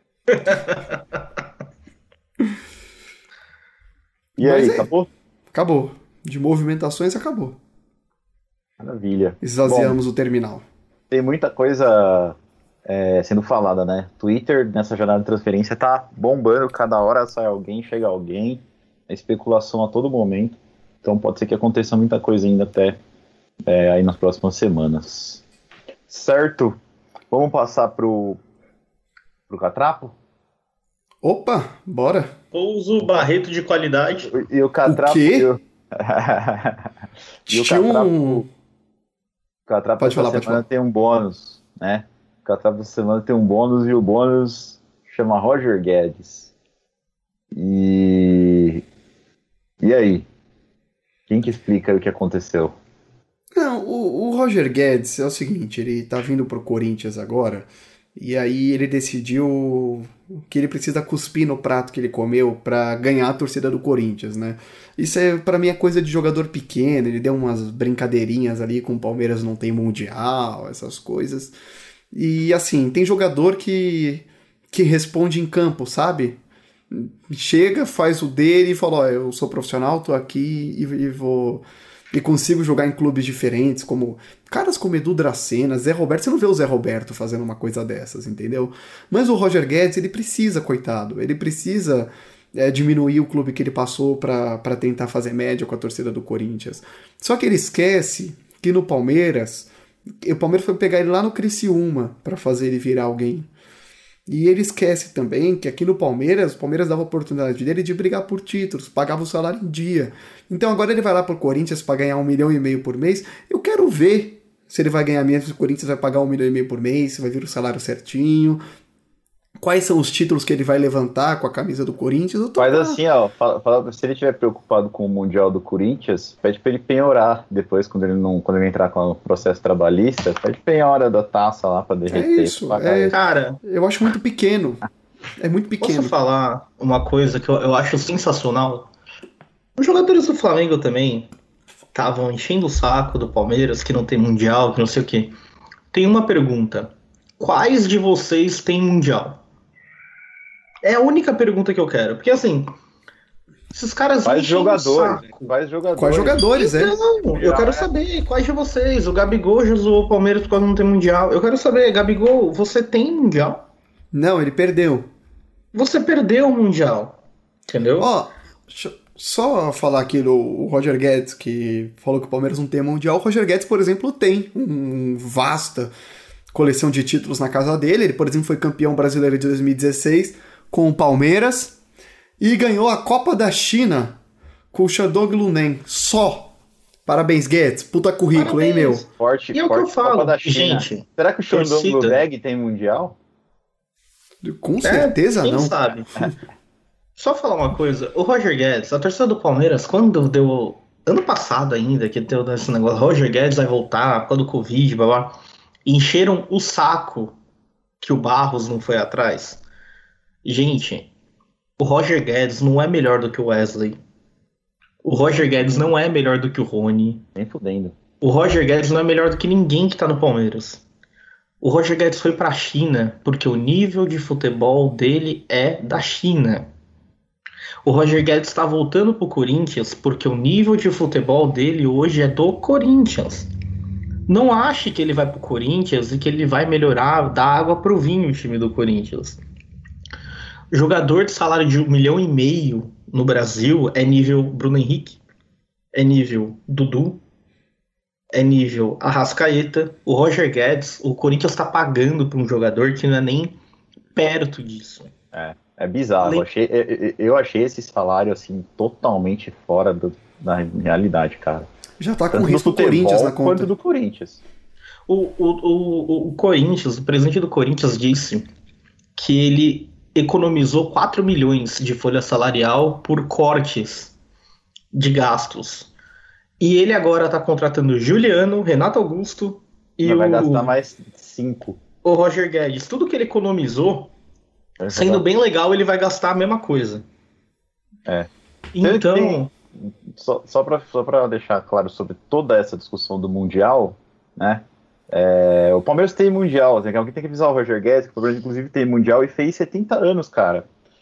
E mas aí, é, acabou? Acabou. De movimentações, acabou. Maravilha. Esvaziamos Bom, o terminal. Tem muita coisa... É, sendo falada, né? Twitter, nessa jornada de transferência, tá bombando, cada hora sai alguém, chega alguém, é especulação a todo momento, então pode ser que aconteça muita coisa ainda até é, aí nas próximas semanas. Certo? Vamos passar pro, pro Catrapo? Opa, bora! Pouso Barreto de qualidade. E, e o Catrapo... O quê? E o, e o Catrapo... Um... O Catrapo pode essa falar, semana pode tem um bônus, né? O Catrapo essa semana tem um bônus e o bônus chama Roger Guedes. E... E aí? Quem que explica o que aconteceu? Não, o, o Roger Guedes é o seguinte, ele tá vindo pro Corinthians agora, e aí ele decidiu que ele precisa cuspir no prato que ele comeu pra ganhar a torcida do Corinthians, né? Isso é, pra mim, é coisa de jogador pequeno, ele deu umas brincadeirinhas ali com o Palmeiras não tem mundial, essas coisas. E assim, tem jogador que, que responde em campo, sabe? Chega, faz o dele e fala, ó, eu sou profissional, tô aqui e, e vou, e consigo jogar em clubes diferentes, como caras como Edu Dracena, Zé Roberto. Você não vê o Zé Roberto fazendo uma coisa dessas, entendeu? Mas o Roger Guedes, ele precisa, coitado, ele precisa é, diminuir o clube que ele passou pra, pra tentar fazer média com a torcida do Corinthians. Só que ele esquece que no Palmeiras, o Palmeiras foi pegar ele lá no Criciúma pra fazer ele virar alguém. E ele esquece também que aqui no Palmeiras, o Palmeiras dava a oportunidade dele de brigar por títulos, pagava o salário em dia. Então agora ele vai lá pro Corinthians para ganhar um milhão e meio por mês. Eu quero ver se ele vai ganhar menos, se o Corinthians vai pagar um milhão e meio por mês, se vai vir o salário certinho. Quais são os títulos que ele vai levantar com a camisa do Corinthians? Eu tô Faz lá. assim, ó, fala, fala, se ele estiver preocupado com o Mundial do Corinthians, pede pra ele penhorar depois, quando ele, não, quando ele entrar com o processo trabalhista, pede penhora da taça lá pra derreter. É isso, é, Cara, eu acho muito pequeno. É muito pequeno. posso falar uma coisa que eu, eu acho sensacional? Os jogadores do Flamengo também estavam enchendo o saco do Palmeiras, que não tem Mundial, que não sei o quê. Tem uma pergunta. Quais de vocês têm Mundial? É a única pergunta que eu quero. Porque assim, esses caras Quais enchem o jogadores? saco. Quais jogadores? Quais jogadores, é? Então, eu quero saber quais de vocês. O Gabigol já zoou o Palmeiras por causa não ter Mundial. Eu quero saber, Gabigol, você tem Mundial? Não, ele perdeu. Você perdeu o Mundial. Entendeu? Ó, deixa eu só falar aqui do o Roger Guedes, que falou que o Palmeiras não tem Mundial. O Roger Guedes, por exemplo, tem um vasta coleção de títulos na casa dele. Ele, por exemplo, foi campeão brasileiro de dois mil e dezesseis com o Palmeiras e ganhou a Copa da China com o Shandong Luneng. Só. Parabéns, Guedes. Puta currículo, Parabéns. hein, meu? Forte, E é o que eu forte falo, Copa da China. gente, Será que o Shandong torcida. Luneng tem Mundial? Com certeza É, quem não. sabe? Só falar uma coisa. O Roger Guedes, a torcida do Palmeiras, quando deu... Ano passado ainda, que deu esse negócio, Roger Guedes vai voltar, por causa do Covid, blá blá, encheram o saco que o Barros não foi atrás. Gente, o Roger Guedes não é melhor do que o Wesley. O Roger Guedes não é melhor do que o Rony. Nem fudendo. O Roger Guedes não é melhor do que ninguém que tá no Palmeiras. O Roger Guedes foi pra China porque o nível de futebol dele é da China. O Roger Guedes tá voltando pro Corinthians porque o nível de futebol dele hoje é do Corinthians. Não ache que ele vai pro Corinthians e que ele vai melhorar, dar água pro vinho o time do Corinthians. Jogador de salário de um milhão e meio no Brasil é nível Bruno Henrique, é nível Dudu, é nível Arrascaeta. O Roger Guedes, o Corinthians tá pagando pra um jogador que não é nem perto disso. É, é bizarro. Le- Eu achei, eu, eu achei esse salário assim totalmente fora do, da realidade, cara. Já tá com Tanto o risco do do Corinthians na futebol quanto conta. do Corinthians. O, o, o, o Corinthians, o presidente do Corinthians disse que ele economizou quatro milhões de folha salarial por cortes de gastos. E ele agora está contratando Juliano, Renato Augusto e Mas vai o, gastar mais cinco. o Roger Guedes. Tudo que ele economizou, sendo bem legal, ele vai gastar a mesma coisa. É. Então, Tem- Só, só para só pra deixar claro sobre toda essa discussão do Mundial, né? É, o Palmeiras tem Mundial, assim, alguém tem que avisar o Roger Guedes, que o Palmeiras inclusive tem Mundial e fez setenta anos, cara.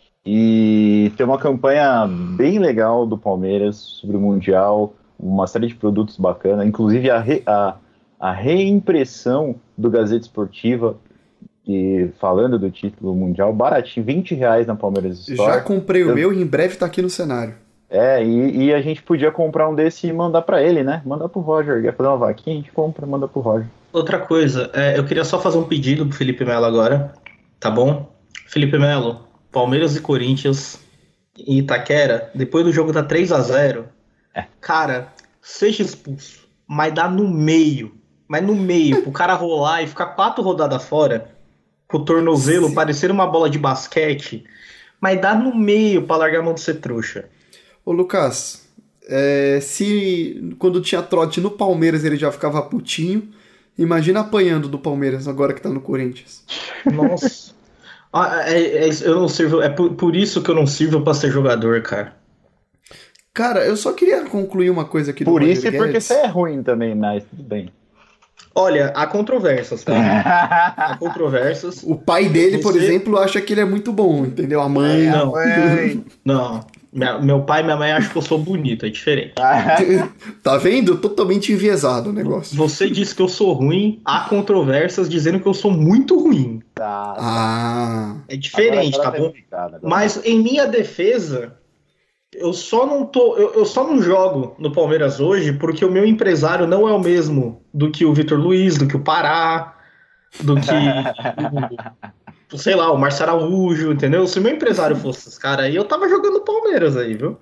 E tem uma campanha bem legal do Palmeiras sobre o Mundial, uma série de produtos bacana, inclusive a, re, a, a reimpressão do Gazeta Esportiva, e falando do título mundial, baratinho, vinte reais na Palmeiras Store. Já comprei o Eu- meu e em breve tá aqui no cenário. É, e, e a gente podia comprar um desse e mandar pra ele, né? Mandar pro Roger. Quer fazer uma vaquinha? A gente compra, manda pro Roger. outra coisa, é, eu queria só fazer um pedido pro Felipe Melo agora, tá bom? Felipe Melo, Palmeiras e Corinthians em Itaquera, depois do jogo da três a zero, É. cara, seja expulso, mas dá no meio, mas no meio, pro cara rolar e ficar quatro rodadas fora, com o tornozelo Sim. parecendo uma bola de basquete, mas dá no meio pra largar a mão de ser trouxa. Ô, Lucas, é, se quando tinha trote no Palmeiras ele já ficava putinho, imagina apanhando do Palmeiras agora que tá no Corinthians. Nossa. Ah, é, é, eu não sirvo, é por, por isso que eu não sirvo pra ser jogador, cara. Cara, eu só queria concluir uma coisa aqui do Por Roger isso e porque Guedes. você é ruim também, mas tudo bem. Olha, há controvérsias, tá? Há controvérsias. O pai dele, por Você- exemplo, acha que ele é muito bom, entendeu? A mãe. Não. Mãe. Não, Minha- meu pai e minha mãe acham que eu sou bonito, é diferente. Tá vendo? Totalmente enviesado o negócio. Você disse que eu sou ruim, há controvérsias dizendo que eu sou muito ruim. Tá, tá. Ah, É diferente, Agora- agora tá bom? explicado, agora. Mas em minha defesa, eu só não tô. Eu, eu só não jogo no Palmeiras hoje porque o meu empresário não é o mesmo do que o Vitor Luiz, do que o Pará, do que. o- sei lá, o Marcelo Araújo, entendeu? Se o meu empresário fosse esse cara aí, eu tava jogando no Palmeiras aí, viu?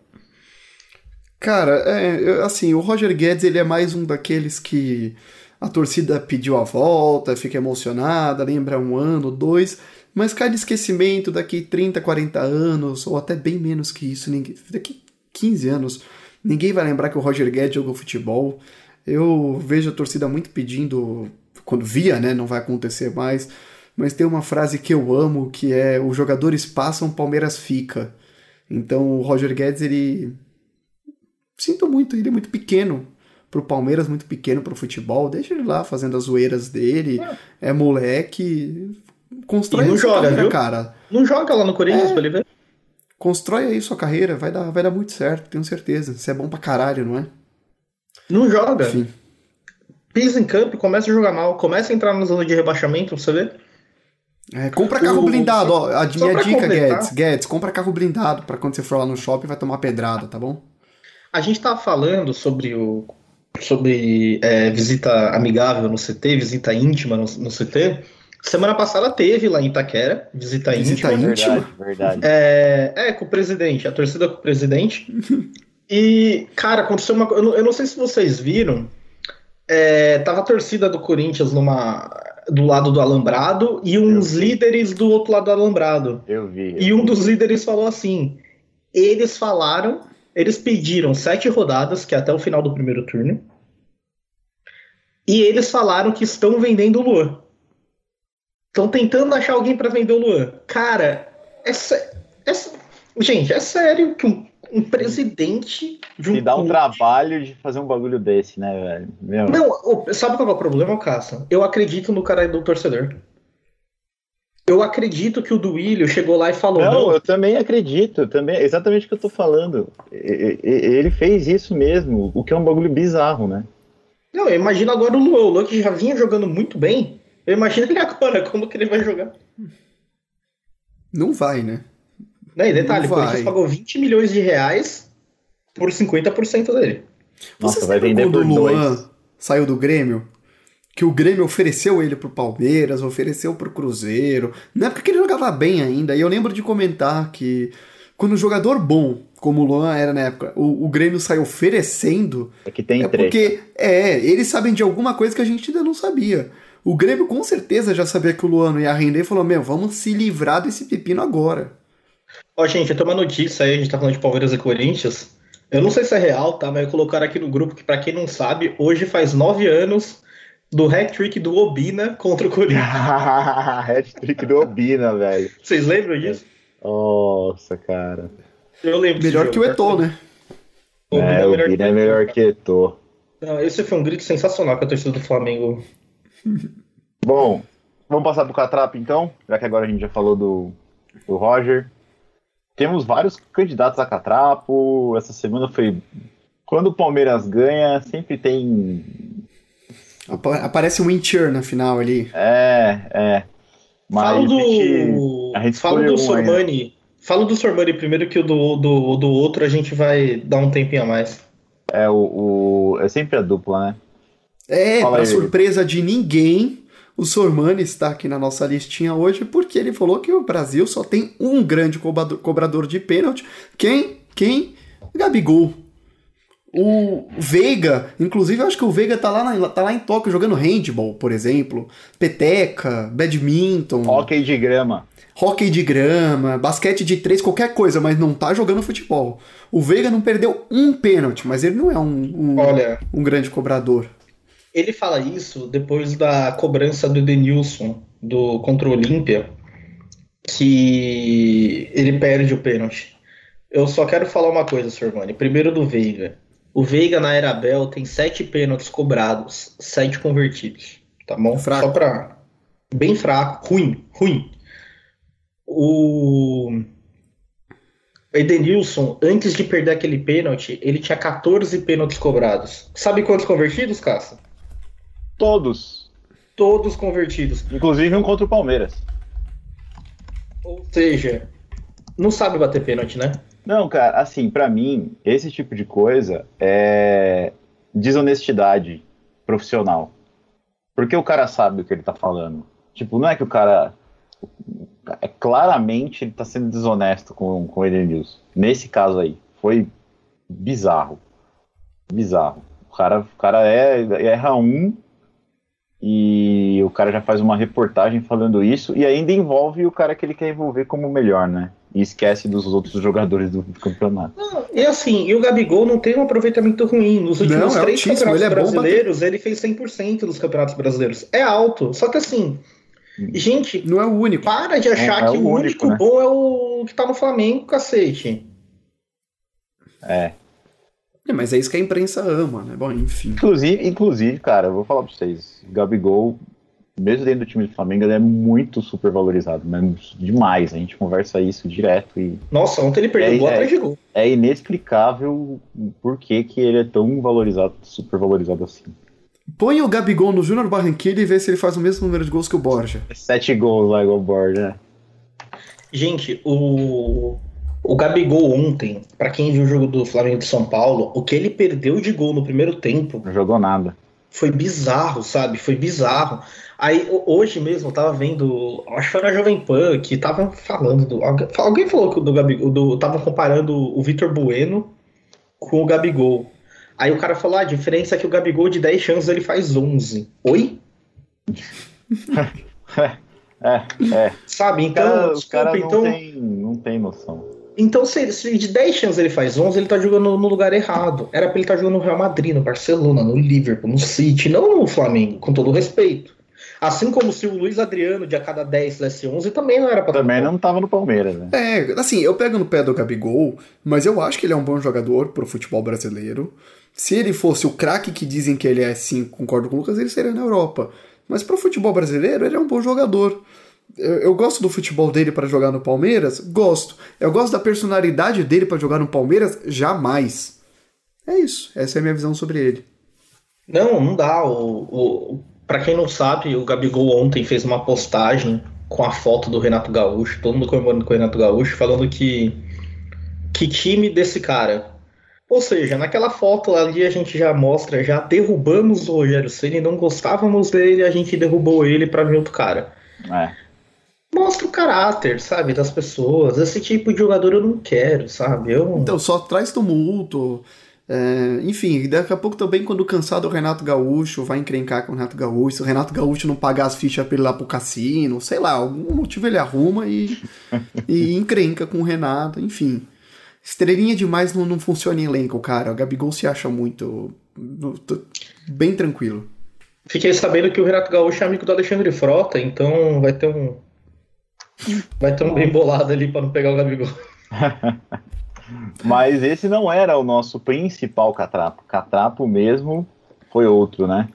cara, é, eu- assim, o Roger Guedes, ele é mais um daqueles que a torcida pediu a volta, fica emocionada, lembra um ano, dois, mas cai de esquecimento daqui trinta, quarenta anos, ou até bem menos que isso, ninguém, daqui quinze anos, ninguém vai lembrar que o Roger Guedes jogou futebol. Eu vejo a torcida muito pedindo, quando via, né, não vai acontecer mais, mas tem uma frase que eu amo, que é: os jogadores passam, Palmeiras fica. Então o Roger Guedes, ele... Sinto muito, ele é muito pequeno pro Palmeiras, muito pequeno pro futebol. Deixa ele lá fazendo as zoeiras dele, é moleque. Constrói E não aí sua joga, carreira, viu? cara. Não joga lá no Corinthians É. pra ele ver. Constrói aí sua carreira, vai dar, vai dar muito certo, tenho certeza. Você é bom pra caralho, não é? Não joga. Enfim. Pisa em campo e começa a jogar mal. Começa a entrar na zona de rebaixamento pra você ver. É, compra carro O- blindado, ó. A só minha pra dica, completar- Guedes. Guedes, compra carro blindado pra quando você for lá no shopping vai tomar pedrada, tá bom? A gente tava falando sobre o sobre é, visita amigável no C T, visita íntima no, no C T. Semana passada teve lá em Itaquera, visita, Visita íntima. íntima? Verdade, verdade. É, é, com o presidente, a torcida com o presidente. E, cara, aconteceu uma coisa. Eu, não- eu não sei se vocês viram. É, tava a torcida do Corinthians numa, do lado do Alambrado e uns Eu vi. líderes do outro lado do Alambrado. Eu vi. E um dos líderes falou assim: eles falaram, eles pediram sete rodadas, que é até o final do primeiro turno, e eles falaram que estão vendendo o Luan. Estão tentando achar alguém para vender o Luan. Cara, é, sé- é sé- gente, é sério que um, um presidente de um Se dá um clube- trabalho de fazer um bagulho desse, né, velho? Meu. Não, o- sabe qual é o problema, Cássio? Eu acredito no cara do torcedor. Eu acredito que o Duílio chegou lá e falou: Não, não, eu também acredito, eu também, é exatamente o que eu tô falando. E- e- Ele fez isso mesmo, o que é um bagulho bizarro, né? não, eu imagino agora o Luan, o Luan que já vinha jogando muito bem. Eu imagino ele agora, como que ele vai jogar. Não vai, né? Né? E detalhe, o Não vai. Corinthians pagou vinte milhões de reais por cinquenta por cento dele. Nossa, Vocês vai lembram vender quando por o Luan dois. saiu do Grêmio? Que o Grêmio ofereceu ele pro Palmeiras, ofereceu pro Cruzeiro. Na época que ele jogava bem ainda. E eu lembro de comentar que quando um jogador bom, como o Luan era na época, o, o Grêmio sai oferecendo, É que tem é treta. porque, é, eles sabem de alguma coisa que a gente ainda não sabia. O Grêmio com certeza já sabia que o Luan não ia render e falou: meu, vamos se livrar desse pepino agora. Ó, gente, tem uma notícia aí, a gente tá falando de Palmeiras e Corinthians. Eu não sei se é real, tá? Mas colocaram aqui no grupo que, pra quem não sabe, hoje faz nove anos do hat-trick do Obina contra o Corinthians. Hat-trick do Obina, velho. Vocês lembram disso? Nossa, cara. Eu lembro desse Melhor jogo, que o cara. Eto'o, né? O Obina É, o Obina é melhor que Eto'o. Não, esse foi um grito sensacional que a torcida do Flamengo. Bom, vamos passar pro Catrapo então, já que agora a gente já falou do, do Roger. Temos vários candidatos a Catrapo. Essa semana foi. Quando o Palmeiras ganha, sempre tem. Apa- Aparece um Wincher na final ali. É, é. Mas Falo a gente, do. a gente Falo escolheu do um ainda. Sormani. Falo do Sormani primeiro, que o do, do, do outro a gente vai dar um tempinho a mais. É, o, o- é sempre a dupla, né? É, Fala pra aí. surpresa de ninguém, o Sormani está aqui na nossa listinha hoje porque ele falou que o Brasil só tem um grande cobrador, cobrador de pênalti. Quem? Quem? Gabigol. O Veiga, inclusive eu acho que o Veiga tá lá, na- tá lá em Tóquio jogando handball, por exemplo. Peteca, badminton, Hóquei de grama. hóquei de grama, basquete de três, qualquer coisa, mas não tá jogando futebol. O Veiga não perdeu um pênalti, mas ele não é um, um, Olha, um grande cobrador. ele fala isso depois da cobrança do Edenilson do, contra o Olímpia, que ele perde o pênalti. Eu só quero falar uma coisa, Sormani. Primeiro do Veiga. O Veiga na Era Abel tem sete pênaltis cobrados, sete convertidos. Tá bom? Fraco. Só pra. Bem fraco, ruim, ruim. O. Edenilson, antes de perder aquele pênalti, ele tinha quatorze pênaltis cobrados. Sabe quantos convertidos, Cássio? Todos. Todos convertidos. Inclusive um contra o Palmeiras. Ou seja, não sabe bater pênalti, né? Não, cara, assim, pra mim, esse tipo de coisa é desonestidade profissional. Porque o cara sabe o que ele tá falando. Tipo, não é que o cara... É, claramente ele tá sendo desonesto com, com o Edenilson. Nesse caso aí, foi bizarro. Bizarro. O cara, o cara é, erra um e o cara já faz uma reportagem falando isso e ainda envolve o cara que ele quer envolver como melhor, né? E esquece dos outros jogadores do campeonato. Não, e assim, e o Gabigol não tem um aproveitamento ruim. Nos últimos Não, é três altíssimo, campeonatos ele é bom brasileiros, ele fez cem por cento dos campeonatos brasileiros. É alto. Só que assim, gente, Não é o único. para de achar É- é que o o único, único né? bom é o que tá no Flamengo, cacete. É. É, mas é isso que a imprensa ama, né? Bom, enfim. Inclusive, inclusive, cara, eu vou falar pra vocês, o Gabigol, mesmo dentro do time do Flamengo, ele é muito super valorizado, né? Demais. A gente conversa isso direto e Nossa, ontem ele perdeu É, gol é. atrás de gol. é inexplicável por que, que ele é tão valorizado, super valorizado assim. Põe o Gabigol no Júnior Barranquilla e vê se ele faz o mesmo número de gols que o Borja. Sete gols lá igual o Borja, né? Gente, o, o Gabigol ontem, pra quem viu o jogo do Flamengo de São Paulo, o que ele perdeu de gol no primeiro tempo Não jogou nada. foi bizarro, sabe? Foi bizarro. Aí ho- hoje mesmo eu tava vendo, acho que foi na Jovem Pan, que estavam falando do. Alguém alguém falou que o do Gabigol, do, estavam comparando o Vitor Bueno com o Gabigol. Aí o cara falou: ah, a diferença é que o Gabigol de dez chances ele faz onze. Oi? É, é. Sabe? Os Então, caras os desculpa, cara não, então. tem, não tem noção. Então, se, se de dez chances ele faz onze, ele tá jogando no lugar errado. Era pra ele estar jogando no Real Madrid, no Barcelona, no Liverpool, no City, não no Flamengo, com todo respeito. Assim como se o Luiz Adriano, de a cada dez fizesse onze, também não era pra Também estar. não tava no Palmeiras, né? É, assim, eu pego no pé do Gabigol, mas eu acho que ele é um bom jogador pro futebol brasileiro. Se ele fosse o craque que dizem que ele é, sim, concordo com o Lucas, ele seria na Europa. Mas pro futebol brasileiro, ele é um bom jogador. Eu, eu gosto do futebol dele para jogar no Palmeiras? Gosto. Eu gosto da personalidade dele para jogar no Palmeiras? Jamais. É isso. Essa é a minha visão sobre ele. Não, não dá. O, o, pra quem não sabe, o Gabigol ontem fez uma postagem com a foto do Renato Gaúcho, todo mundo comemorando com o Renato Gaúcho, falando que que time desse cara. Ou seja, naquela foto ali a gente já mostra, já derrubamos o Rogério Ceni, não gostávamos dele, a gente derrubou ele pra vir outro cara. É. Mostra o caráter, sabe, das pessoas. Esse tipo de jogador eu não quero, sabe? Eu... Então, só traz tumulto. É, enfim, daqui a pouco também, quando cansar do Renato Gaúcho, vai encrencar com o Renato Gaúcho. Se o Renato Gaúcho não pagar as fichas pra ele ir lá pro cassino, sei lá, algum motivo ele arruma e, e encrenca com o Renato, enfim. Estrelinha demais não, não funciona em elenco, cara. O Gabigol se acha muito. Bem tranquilo. Fiquei sabendo que o Renato Gaúcho é amigo do Alexandre Frota, então vai ter um. Vai ter um bem bolado ali pra não pegar o Gabigol. Mas esse não era o nosso principal catrapo. Catrapo mesmo foi outro, né?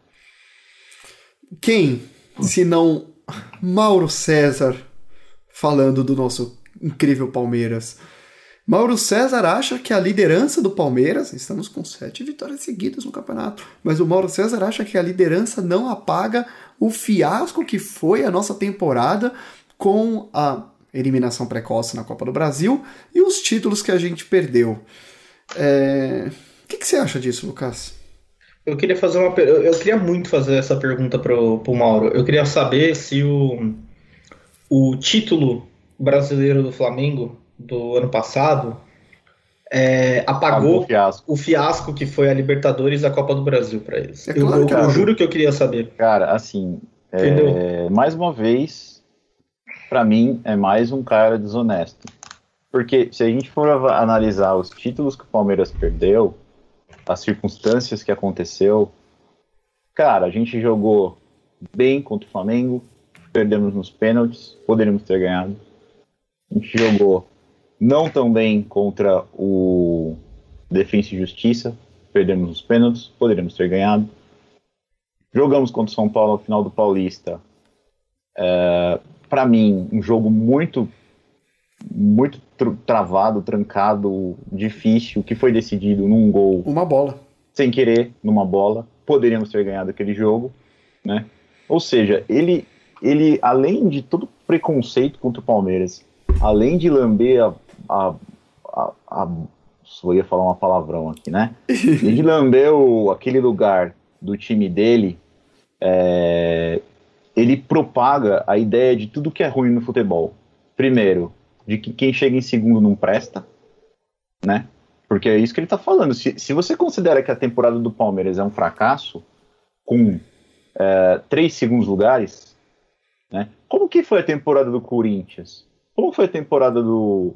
Quem, se não Mauro César, falando do nosso incrível Palmeiras. Mauro César acha que a liderança do Palmeiras, estamos com sete vitórias seguidas no campeonato, mas o Mauro César acha que a liderança não apaga o fiasco que foi a nossa temporada com a eliminação precoce na Copa do Brasil e os títulos que a gente perdeu. É... O que, que você acha disso, Lucas? Eu queria fazer uma. per- Eu eu queria muito fazer essa pergunta pro, pro Mauro. Eu queria saber se o, o título brasileiro do Flamengo do ano passado é, apagou o fiasco. o fiasco que foi a Libertadores e a Copa do Brasil para eles. É Eu, claro eu- que eu apagou. juro que eu queria saber. Cara, assim, é, Entendeu? mais uma vez, pra mim, é mais um cara desonesto. Porque se a gente for av- analisar os títulos que o Palmeiras perdeu, as circunstâncias que aconteceu, cara, a gente jogou bem contra o Flamengo, perdemos nos pênaltis, poderíamos ter ganhado. A gente jogou não tão bem contra o Defensa e Justiça, perdemos nos pênaltis, poderíamos ter ganhado. Jogamos contra o São Paulo no final do Paulista. É, para mim, um jogo muito muito tr- travado, trancado, difícil, que foi decidido num gol. Uma bola. Sem querer, numa bola. Poderíamos ter ganhado aquele jogo, né? Ou seja, ele, ele além de todo preconceito contra o Palmeiras, além de lamber a... a, a, a eu ia falar uma palavrão aqui, né? Além de lamber o, aquele lugar do time dele, é, ele propaga a ideia de tudo que é ruim no futebol. Primeiro, de que quem chega em segundo não presta, né? Porque é isso que ele tá falando. Se, se você considera que a temporada do Palmeiras é um fracasso, com é, três segundos lugares, né? Como que foi a temporada do Corinthians? Como foi a temporada do...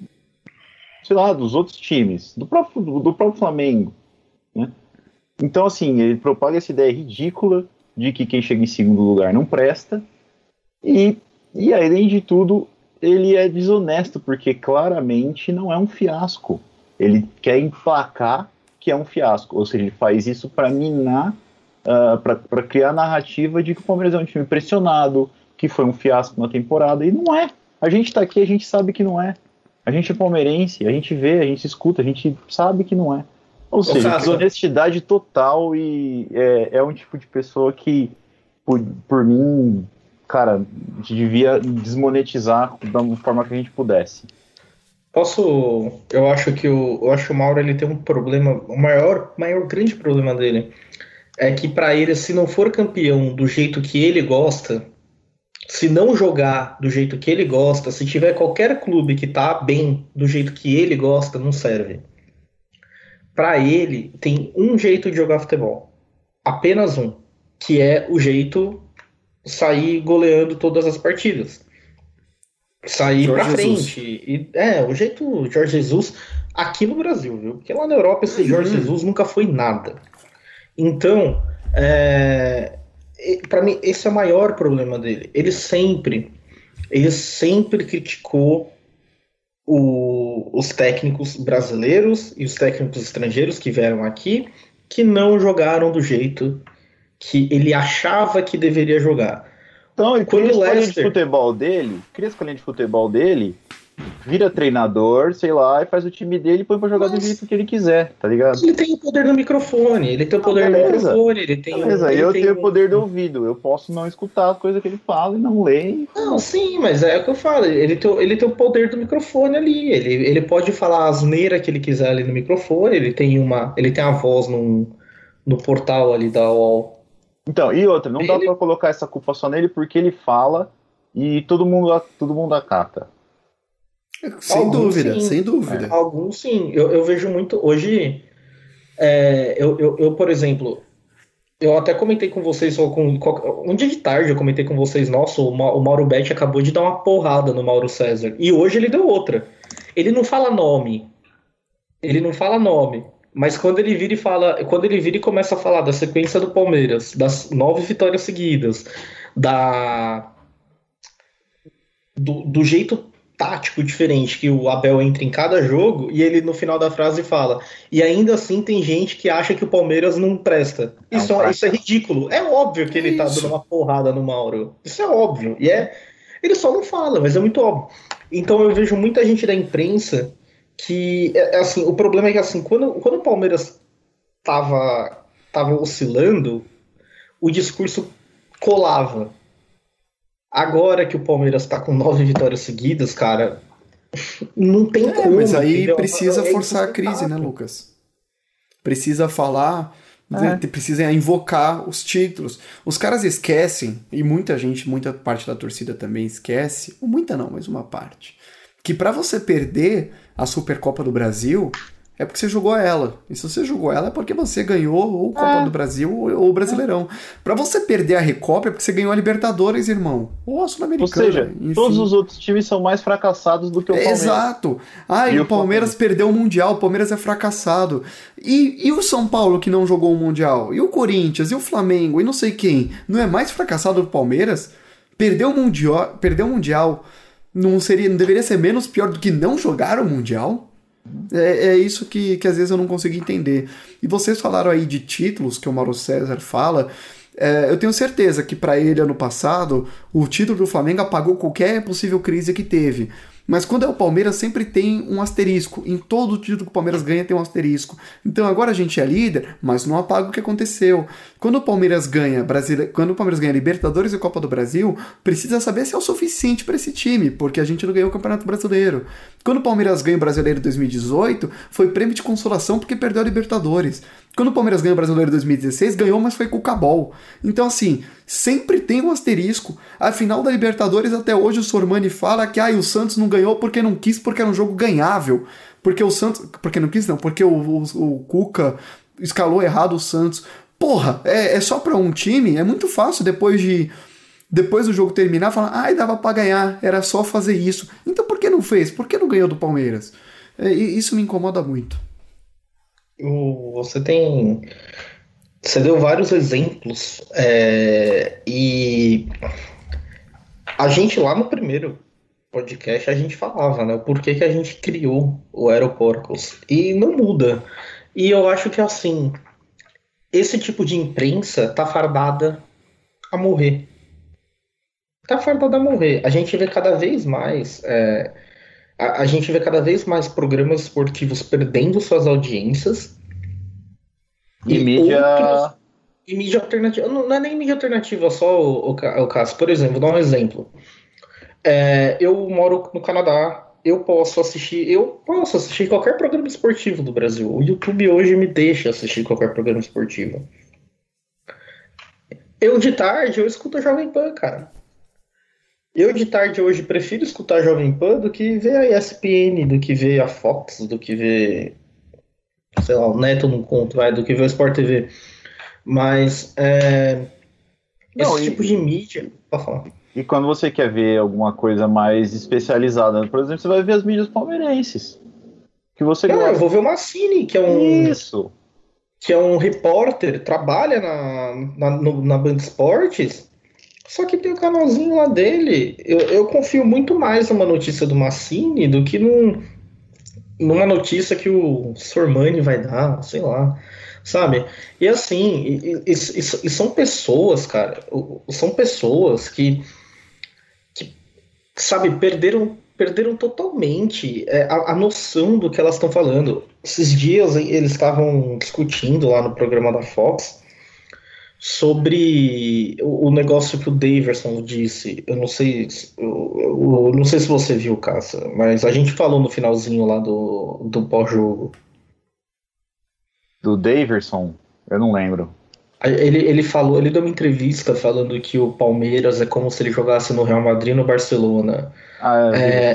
sei lá, dos outros times, do próprio, do, do próprio Flamengo, né? Então, assim, ele propaga essa ideia ridícula de que quem chega em segundo lugar não presta, e, e além de tudo, ele é desonesto, porque claramente não é um fiasco. Ele quer emplacar que é um fiasco, ou seja, ele faz isso para minar, uh, para criar a narrativa de que o Palmeiras é um time pressionado, que foi um fiasco na temporada, e não é. A gente tá aqui, a gente sabe que não é. A gente é palmeirense, a gente vê, a gente escuta, a gente sabe que não é. Ou seja, Ô, desonestidade total, e é, é um tipo de pessoa que, por, por mim, cara, a gente devia desmonetizar da forma que a gente pudesse. Posso... Eu acho que o, eu acho que o Mauro ele tem um problema, o maior, maior grande problema dele é que pra ele, se não for campeão do jeito que ele gosta, se não jogar do jeito que ele gosta, se tiver qualquer clube que tá bem do jeito que ele gosta, não serve. Pra ele, tem um jeito de jogar futebol. Apenas um. Que é o jeito sair goleando todas as partidas. Sair Jorge pra Jesus. frente. E, é, o jeito Jorge Jesus aqui no Brasil, viu? Porque lá na Europa esse Jorge Jesus nunca foi nada. Então, é... para mim, esse é o maior problema dele. Ele sempre, ele sempre criticou o, os técnicos brasileiros e os técnicos estrangeiros que vieram aqui, que não jogaram do jeito que ele achava que deveria jogar. Então, ele Quando cria a o escolinha Leicester- de futebol dele, cria a escolinha de futebol dele, vira treinador, sei lá, e faz o time dele e põe pra jogar do Mas- jeito que ele quiser, tá ligado? Ele tem o poder do microfone, ele tem o poder do beleza. microfone, ele tem Beleza, um, ele eu tem tenho um- o poder do ouvido, eu posso não escutar as coisas que ele fala e não ler. Não, sim, mas é o que eu falo. Ele tem, ele tem o poder do microfone ali. Ele, ele pode falar a asneira que ele quiser ali no microfone. Ele tem uma, ele tem a voz num, no portal ali da U O L. Então, e outra, não dá Ele- pra colocar essa culpa só nele porque ele fala e todo mundo, todo mundo acata. Sem Alguns dúvida, sim. sem dúvida. Alguns sim. Eu, eu vejo muito. Hoje, é, eu, eu, eu, por exemplo, eu até comentei com vocês, ou com, com- um dia de tarde eu comentei com vocês, nossa, o, Ma- o Mauro Betti acabou de dar uma porrada no Mauro César. E hoje ele deu outra. Ele não fala nome. Ele não fala nome. Mas quando ele vira e fala, quando ele vira e começa a falar da sequência do Palmeiras, das nove vitórias seguidas, da do, do jeito tático diferente que o Abel entra em cada jogo, e ele no final da frase fala, e ainda assim tem gente que acha que o Palmeiras não presta. É um Isso, fracasso. isso é ridículo. É óbvio que É ele tá isso. dando uma porrada no Mauro. Isso é óbvio. E é, ele só não fala, mas é muito óbvio. Então eu vejo muita gente da imprensa que, é, é assim, o problema é que assim, quando, quando o Palmeiras tava, tava oscilando, o discurso colava. Agora que o Palmeiras tá com nove vitórias seguidas, cara, não tem É, como. mas aí entendeu? precisa É forçar a crise, né, insustentável. Lucas? Precisa falar, É. de- precisa invocar os títulos. Os caras esquecem, e muita gente, muita parte da torcida também esquece, ou muita não, mas uma parte, que pra você perder a Supercopa do Brasil é porque você jogou ela. E se você jogou ela é porque você ganhou ou Copa do Brasil ou ou o Brasileirão. Pra você perder a Recopa é porque você ganhou a Libertadores, irmão. Ou a Ou Sul-Americana. seja, enfim. todos os outros times são mais fracassados do que o Palmeiras. Exato. Ah, e E o o Palmeiras perdeu o Mundial, o Palmeiras é fracassado. E, e o São Paulo que não jogou o Mundial? E o Corinthians? E o Flamengo? E não sei quem? Não é mais fracassado do Palmeiras? Perdeu o Mundial, perdeu o Mundial não, seria, não deveria ser menos pior do que não jogar o Mundial? É, é isso que, que às vezes eu não consigo entender. E vocês falaram aí de títulos que o Mauro César fala. É, eu tenho certeza que para ele, ano passado, o título do Flamengo apagou qualquer possível crise que teve. Mas quando é o Palmeiras, sempre tem um asterisco. Em todo título que o Palmeiras ganha, tem um asterisco. Então agora a gente é líder, mas não apaga o que aconteceu. Quando o Palmeiras ganha Brasile... quando o Palmeiras ganha Libertadores e Copa do Brasil, precisa saber se é o suficiente para esse time, porque a gente não ganhou o Campeonato Brasileiro. Quando o Palmeiras ganha o Brasileiro dois mil e dezoito, foi prêmio de consolação porque perdeu a Libertadores. Quando o Palmeiras ganhou o Brasileiro dois mil e dezesseis, ganhou, mas foi com o Cabol. Então, assim, sempre tem um asterisco. A final da Libertadores, até hoje, o Sormani fala que ah, o Santos não ganhou porque não quis, porque era um jogo ganhável. Porque o Santos... Porque não quis, não. Porque o, o, o Cuca escalou errado o Santos. Porra, é, é só pra um time? É muito fácil depois de... Depois do jogo terminar, falar, ai, dava pra ganhar, era só fazer isso. Então por que não fez? Por que não ganhou do Palmeiras? É, isso me incomoda muito. Você tem. Você deu vários exemplos. É, e a gente lá no primeiro podcast a gente falava, né? O porquê que a gente criou o Aeroporcos. E não muda. E eu acho que assim, esse tipo de imprensa tá fardada a morrer. Tá fardada a morrer. A gente vê cada vez mais. É, A, a gente vê cada vez mais programas esportivos perdendo suas audiências. E, e mídia. Outros, e mídia alternativa. Não, não é nem mídia alternativa, só o, o, o caso. Por exemplo, vou dar um exemplo. É, eu moro no Canadá. Eu posso assistir. Eu posso assistir qualquer programa esportivo do Brasil. O YouTube hoje me deixa assistir qualquer programa esportivo. Eu de tarde eu escuto a Jovem Pan, cara. Eu de tarde hoje prefiro escutar a Jovem Pan do que ver a E S P N, do que ver a Fox, do que ver, sei lá, o Neto não conta, vai, do que ver o Sport T V. Mas é, não, esse e, tipo de mídia, pode falar. E quando você quer ver alguma coisa mais especializada, por exemplo, você vai ver as mídias palmeirenses. Que você Não, gosta. eu vou ver o Massini, que é um... Isso. Que é um repórter, trabalha na, na, no, na Band Esportes. Só que tem o canalzinho lá dele. Eu, eu confio muito mais numa notícia do Massini do que num, numa notícia que o Sormani vai dar, sei lá, sabe? E assim, e, e, e, e são pessoas, cara, são pessoas que, que sabe, perderam, perderam totalmente a, a noção do que elas estão falando. Esses dias eles estavam discutindo lá no programa da Fox sobre o negócio que o Daverson disse. Eu não sei, eu, eu não sei se você viu, Cassa, mas a gente falou no finalzinho lá do, do pós-jogo. Do Daverson? Eu não lembro. Ele, ele falou, ele deu uma entrevista falando que o Palmeiras é como se ele jogasse no Real Madrid e no Barcelona. Ah, é, é,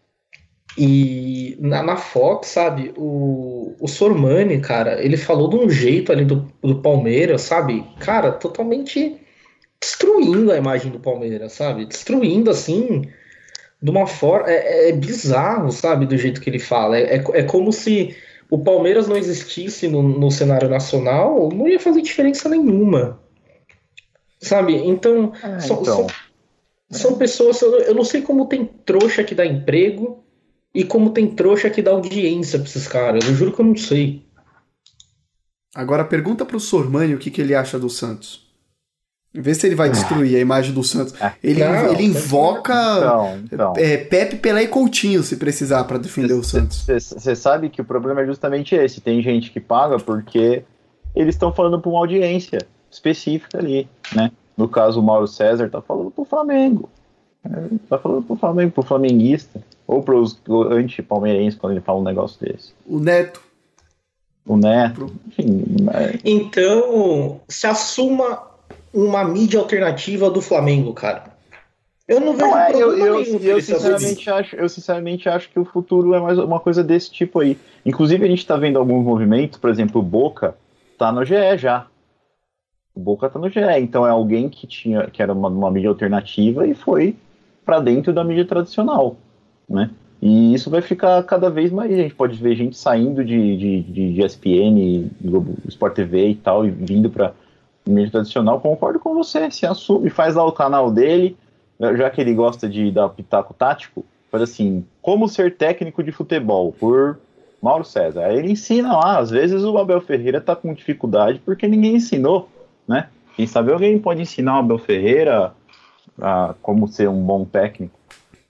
E na, na Fox, sabe, o, o Sormani, cara, ele falou de um jeito ali do, do Palmeiras, sabe? Cara, totalmente destruindo a imagem do Palmeiras, sabe? Destruindo, assim, de uma forma... É, é bizarro, sabe, do jeito que ele fala. É, é, é como se o Palmeiras não existisse no, no cenário nacional, não ia fazer diferença nenhuma. Sabe? Então, é, são, então. são, são pessoas... Eu não sei como tem trouxa que dá emprego e como tem trouxa que dá audiência pra esses caras. Eu juro que eu não sei. Agora pergunta pro Sormani o que, que ele acha do Santos. Vê se ele vai destruir a imagem do Santos. Ele, Não, ele invoca então, então. É, Pepe, Pelé e Coutinho, se precisar, pra defender cê, o Santos. Você sabe que o problema é justamente esse. Tem gente que paga porque eles estão falando pra uma audiência específica ali, né? No caso, o Mauro César tá falando pro Flamengo. É, tá falando pro Flamengo, pro flamenguista. Ou pros anti-palmeirenses quando ele fala um negócio desse. O Neto. O Neto. Enfim, é... Então, se assuma uma mídia alternativa do Flamengo, cara. Eu não vejo não, é, problema eu, nenhum. eu, eu, sinceramente acho, eu sinceramente acho que o futuro é mais uma coisa desse tipo aí. Inclusive, a gente tá vendo alguns movimentos, por exemplo, o Boca tá no G E já. O Boca tá no G E. Então é alguém que, tinha, que era uma, uma mídia alternativa e foi pra dentro da mídia tradicional. Né? E isso vai ficar cada vez mais. A gente pode ver gente saindo de, de, de, de E S P N, Globo, Sport T V e tal, e vindo para mídia tradicional. Concordo com você, se assume, faz lá o canal dele, já que ele gosta de dar pitaco tático, faz assim, como ser técnico de futebol, por Mauro César. Aí ele ensina lá, às vezes o Abel Ferreira tá com dificuldade porque ninguém ensinou, né? Quem sabe alguém pode ensinar o Abel Ferreira a como ser um bom técnico.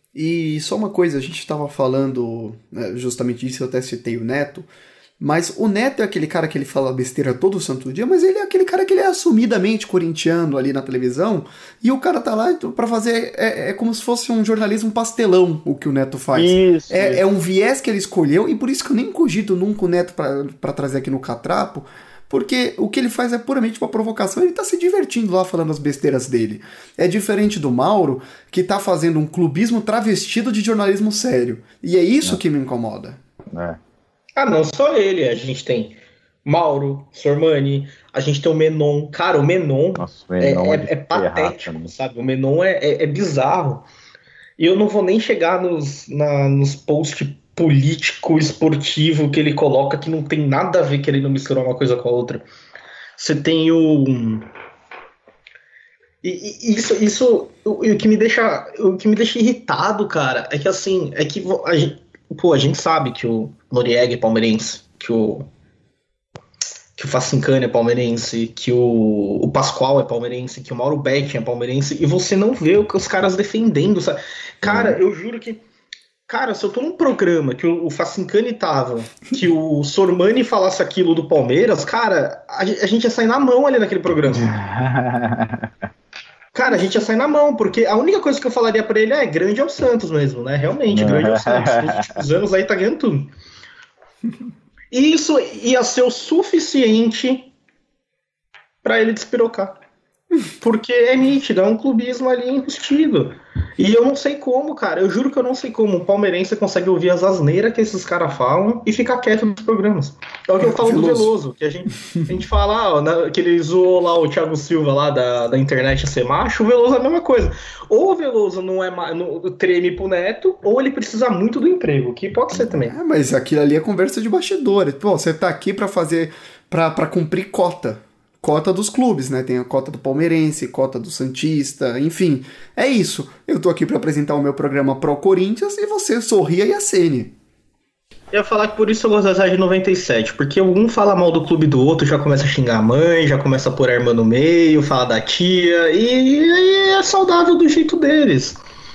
E só uma coisa, a gente estava falando né, justamente disso, eu até citei o Neto, mas o Neto é aquele cara que ele fala besteira todo santo dia, mas ele é aquele cara que ele é assumidamente corintiano ali na televisão, e o cara tá lá pra fazer, é, é como se fosse um jornalismo pastelão o que o Neto faz. Isso, é, isso. é um viés que ele escolheu, e por isso que eu nem cogito nunca o Neto pra, pra trazer aqui no Catrapo, porque o que ele faz é puramente uma provocação, ele tá se divertindo lá falando as besteiras dele. É diferente do Mauro, que tá fazendo um clubismo travestido de jornalismo sério. E é isso é. que me incomoda. É. Ah, não só ele. A gente tem Mauro, Sormani, a gente tem o Menon. Cara, o Menon, Nossa, o Menon é, é, é patético, errado, sabe? O Menon é, é, é bizarro. E eu não vou nem chegar nos, na, nos posts político, esportivo que ele coloca, que não tem nada a ver querendo misturar uma coisa com a outra. Você tem o... E, e isso, isso o, o, que me deixa, o que me deixa irritado, cara, é que assim, é que a gente, pô, a gente sabe que o Noriega é palmeirense, que o que o Facincani é palmeirense, que o, o Pascoal é palmeirense, que o Mauro Betti é palmeirense, e você não vê os caras defendendo, sabe? Cara, eu juro que Cara, se eu tô num programa que o Facincani tava, que o Sormani falasse aquilo do Palmeiras, cara, a, a gente ia sair na mão ali naquele programa. Cara, a gente ia sair na mão, porque a única coisa que eu falaria pra ele é grande é o Santos mesmo, né? Realmente, grande é o Santos. Nos últimos anos aí tá ganhando tudo. E isso ia ser o suficiente pra ele despirocar. Porque é nítido, é um clubismo ali enrustido. E eu não sei como, cara, eu juro que eu não sei como o palmeirense consegue ouvir as asneiras que esses caras falam e ficar quieto nos programas. É o que eu falo Veloso. do Veloso, que a gente, a gente fala, ó, na, que ele zoou lá o Thiago Silva lá da, da internet ser macho, o Veloso é a mesma coisa. Ou o Veloso não é não, treme pro Neto, ou ele precisa muito do emprego, que pode ser também. É, mas aquilo ali é conversa de bastidores. Pô, você tá aqui pra fazer, pra, pra cumprir cota. Cota dos clubes, né? Tem a cota do palmeirense, cota do santista, enfim. É isso. Eu tô aqui pra apresentar o meu programa Pro Corinthians e você sorria e acene. Eu ia falar que por isso eu gosto da de noventa e sete, porque um fala mal do clube do outro, já começa a xingar a mãe, já começa a pôr a irmã no meio, fala da tia, e, e é saudável do jeito deles.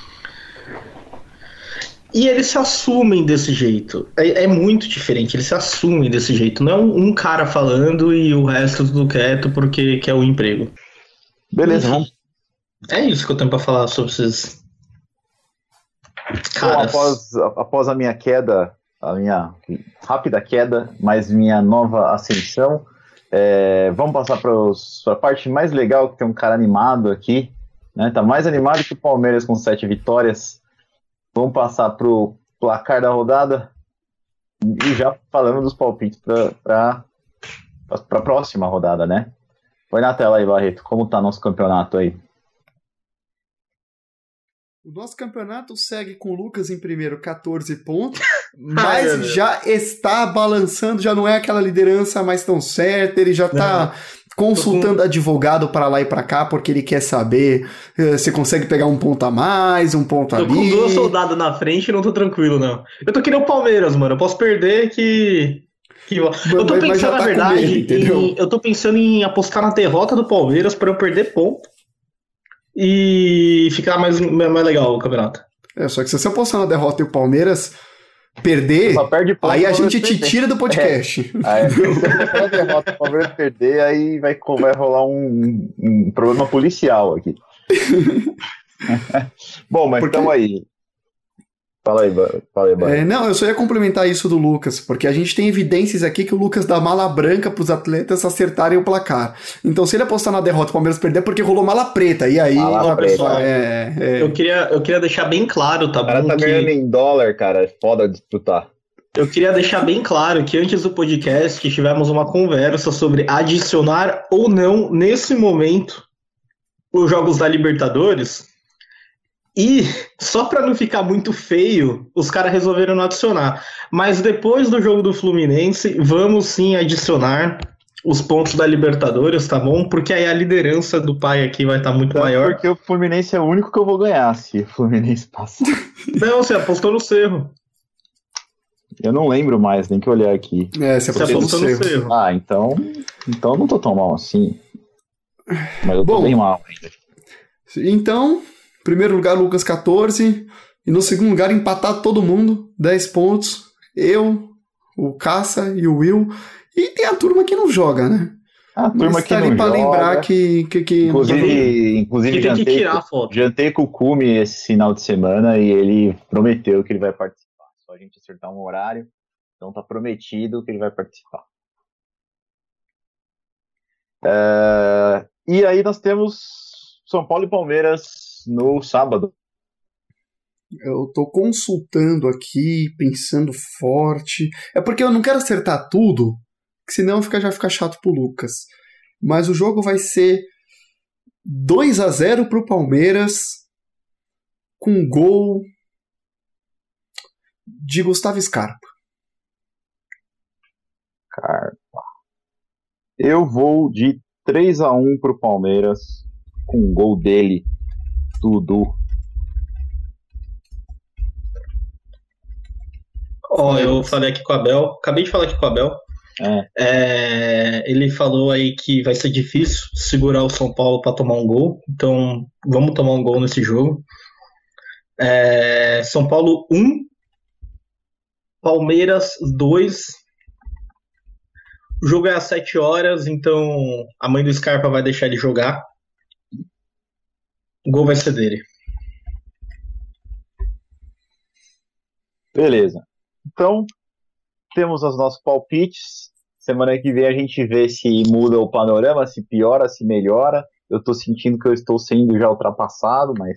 E eles se assumem desse jeito. É, é muito diferente, eles se assumem desse jeito. Não é um, um cara falando e o resto tudo quieto porque quer o emprego. Beleza, vamos. É isso que eu tenho pra falar sobre esses caras. Bom, após, após a minha queda, a minha rápida queda, mas minha nova ascensão, é, vamos passar para a parte mais legal, que tem um cara animado aqui, né? Tá mais animado que o Palmeiras com sete vitórias. Vamos passar pro placar da rodada e já falando dos palpites para a próxima rodada, né? Põe na tela aí, Barreto, como tá nosso campeonato aí? O nosso campeonato segue com o Lucas em primeiro, catorze pontos, mas Ai, já está balançando, já não é aquela liderança mais tão certa, ele já tá... Não. Consultando com... advogado para lá e para cá, porque ele quer saber uh, se consegue pegar um ponto a mais, um ponto tô ali. Tô com duas soldados na frente e não tô tranquilo, não. Eu tô querendo o Palmeiras, mano. Eu posso perder que... que... Eu tô mas, pensando, mas na tá verdade, medo, em... eu tô pensando em apostar na derrota do Palmeiras para eu perder ponto e ficar mais, mais legal o campeonato. É, só que se você apostar na derrota e o Palmeiras... perder, perde ponto, aí a gente te perder. tira do podcast. É. Aí, se você derrota o Palmeiras perder, aí vai, vai rolar um, um problema policial aqui. Bom, mas estamos porque... aí. Fala aí, fala aí, é, não, eu só ia complementar isso do Lucas, porque a gente tem evidências aqui que o Lucas dá mala branca pros atletas acertarem o placar. Então, se ele apostar na derrota e o Palmeiras perder, é porque rolou mala preta. E aí, mala preta. Pessoal, é, é... Eu, queria, eu queria deixar bem claro, tá bom? O cara tá que... ganhando em dólar, cara. É foda disputar. Eu queria deixar bem claro que antes do podcast tivemos uma conversa sobre adicionar ou não, nesse momento, os jogos da Libertadores. E, só pra não ficar muito feio, os caras resolveram não adicionar. Mas depois do jogo do Fluminense, vamos sim adicionar os pontos da Libertadores, tá bom? Porque aí a liderança do pai aqui vai estar tá muito então, maior. Porque o Fluminense é o único que eu vou ganhar se o Fluminense passar. Não, você apostou no Cerro. Eu não lembro mais, tem que olhar aqui. É, você apostou, você apostou no, no Cerro. Ah, então, então não tô tão mal assim. Mas eu tô Bom, bem mal ainda. Então... Primeiro lugar, Lucas catorze, E no segundo lugar, empatar todo mundo, dez pontos. Eu, o Caça e o Will. E tem a turma que não joga, né? A turma Mas que tá não ali pra joga. lembrar que... que, que... Inclusive, inclusive Que tem que jantei, tirar a foto. jantei com o Kumi esse final de semana e ele prometeu que ele vai participar. Só a gente acertar um horário. Então tá prometido que ele vai participar. É, e aí nós temos São Paulo e Palmeiras no sábado. Eu tô consultando aqui, pensando forte. É porque eu não quero acertar tudo, que senão fica, já fica chato pro Lucas. Mas o jogo vai ser dois a zero pro Palmeiras, com gol de Gustavo Scarpa. Carpa. Eu vou de três a um pro Palmeiras, com o gol dele, Dudu. Ó, eu falei aqui com o Abel, acabei de falar aqui com o Abel. É. É, ele falou aí que vai ser difícil segurar o São Paulo para tomar um gol, então vamos tomar um gol nesse jogo. É, São Paulo um, Palmeiras dois. O jogo é às sete horas, então a mãe do Scarpa vai deixar ele jogar. O gol vai ser dele. Beleza. Então, temos os nossos palpites. Semana que vem a gente vê se muda o panorama, se piora, se melhora. Eu tô sentindo que eu estou sendo já ultrapassado, mas...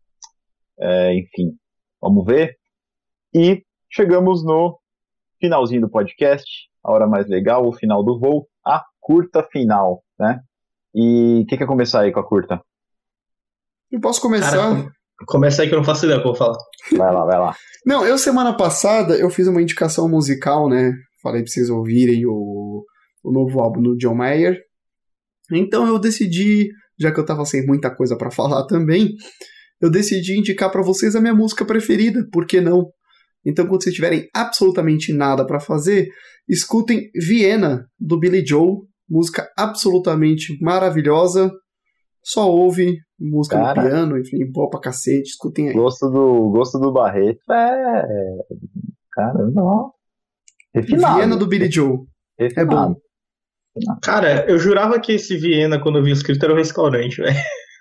É, enfim, vamos ver. E chegamos no finalzinho do podcast, a hora mais legal, o final do voo, a curta final, né? E quem quer começar aí com a curta? Eu posso começar... Cara, começa aí que eu não faço ideia o que eu vou falar. Vai lá, vai lá. Não, eu semana passada eu fiz uma indicação musical, né? Falei pra vocês ouvirem o, o novo álbum do John Mayer. Então eu decidi, já que eu tava sem muita coisa pra falar também, eu decidi indicar pra vocês a minha música preferida, por que não? Então quando vocês tiverem absolutamente nada pra fazer, escutem Viena, do Billy Joel, música absolutamente maravilhosa. Só ouve, música Cara, no piano, enfim, boa pra cacete, escutem aí. Gosto do, gosto do Barreto é... Cara, não. Refinado. Viena do Billy Joel. É bom. Cara, eu jurava que esse Viena, quando eu vi escrito, era um restaurante, velho.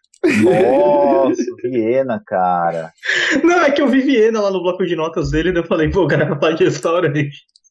Nossa, Viena, cara. Não, é que eu vi Viena lá no bloco de notas dele, e eu falei, pô, o cara vai falar de restaurante.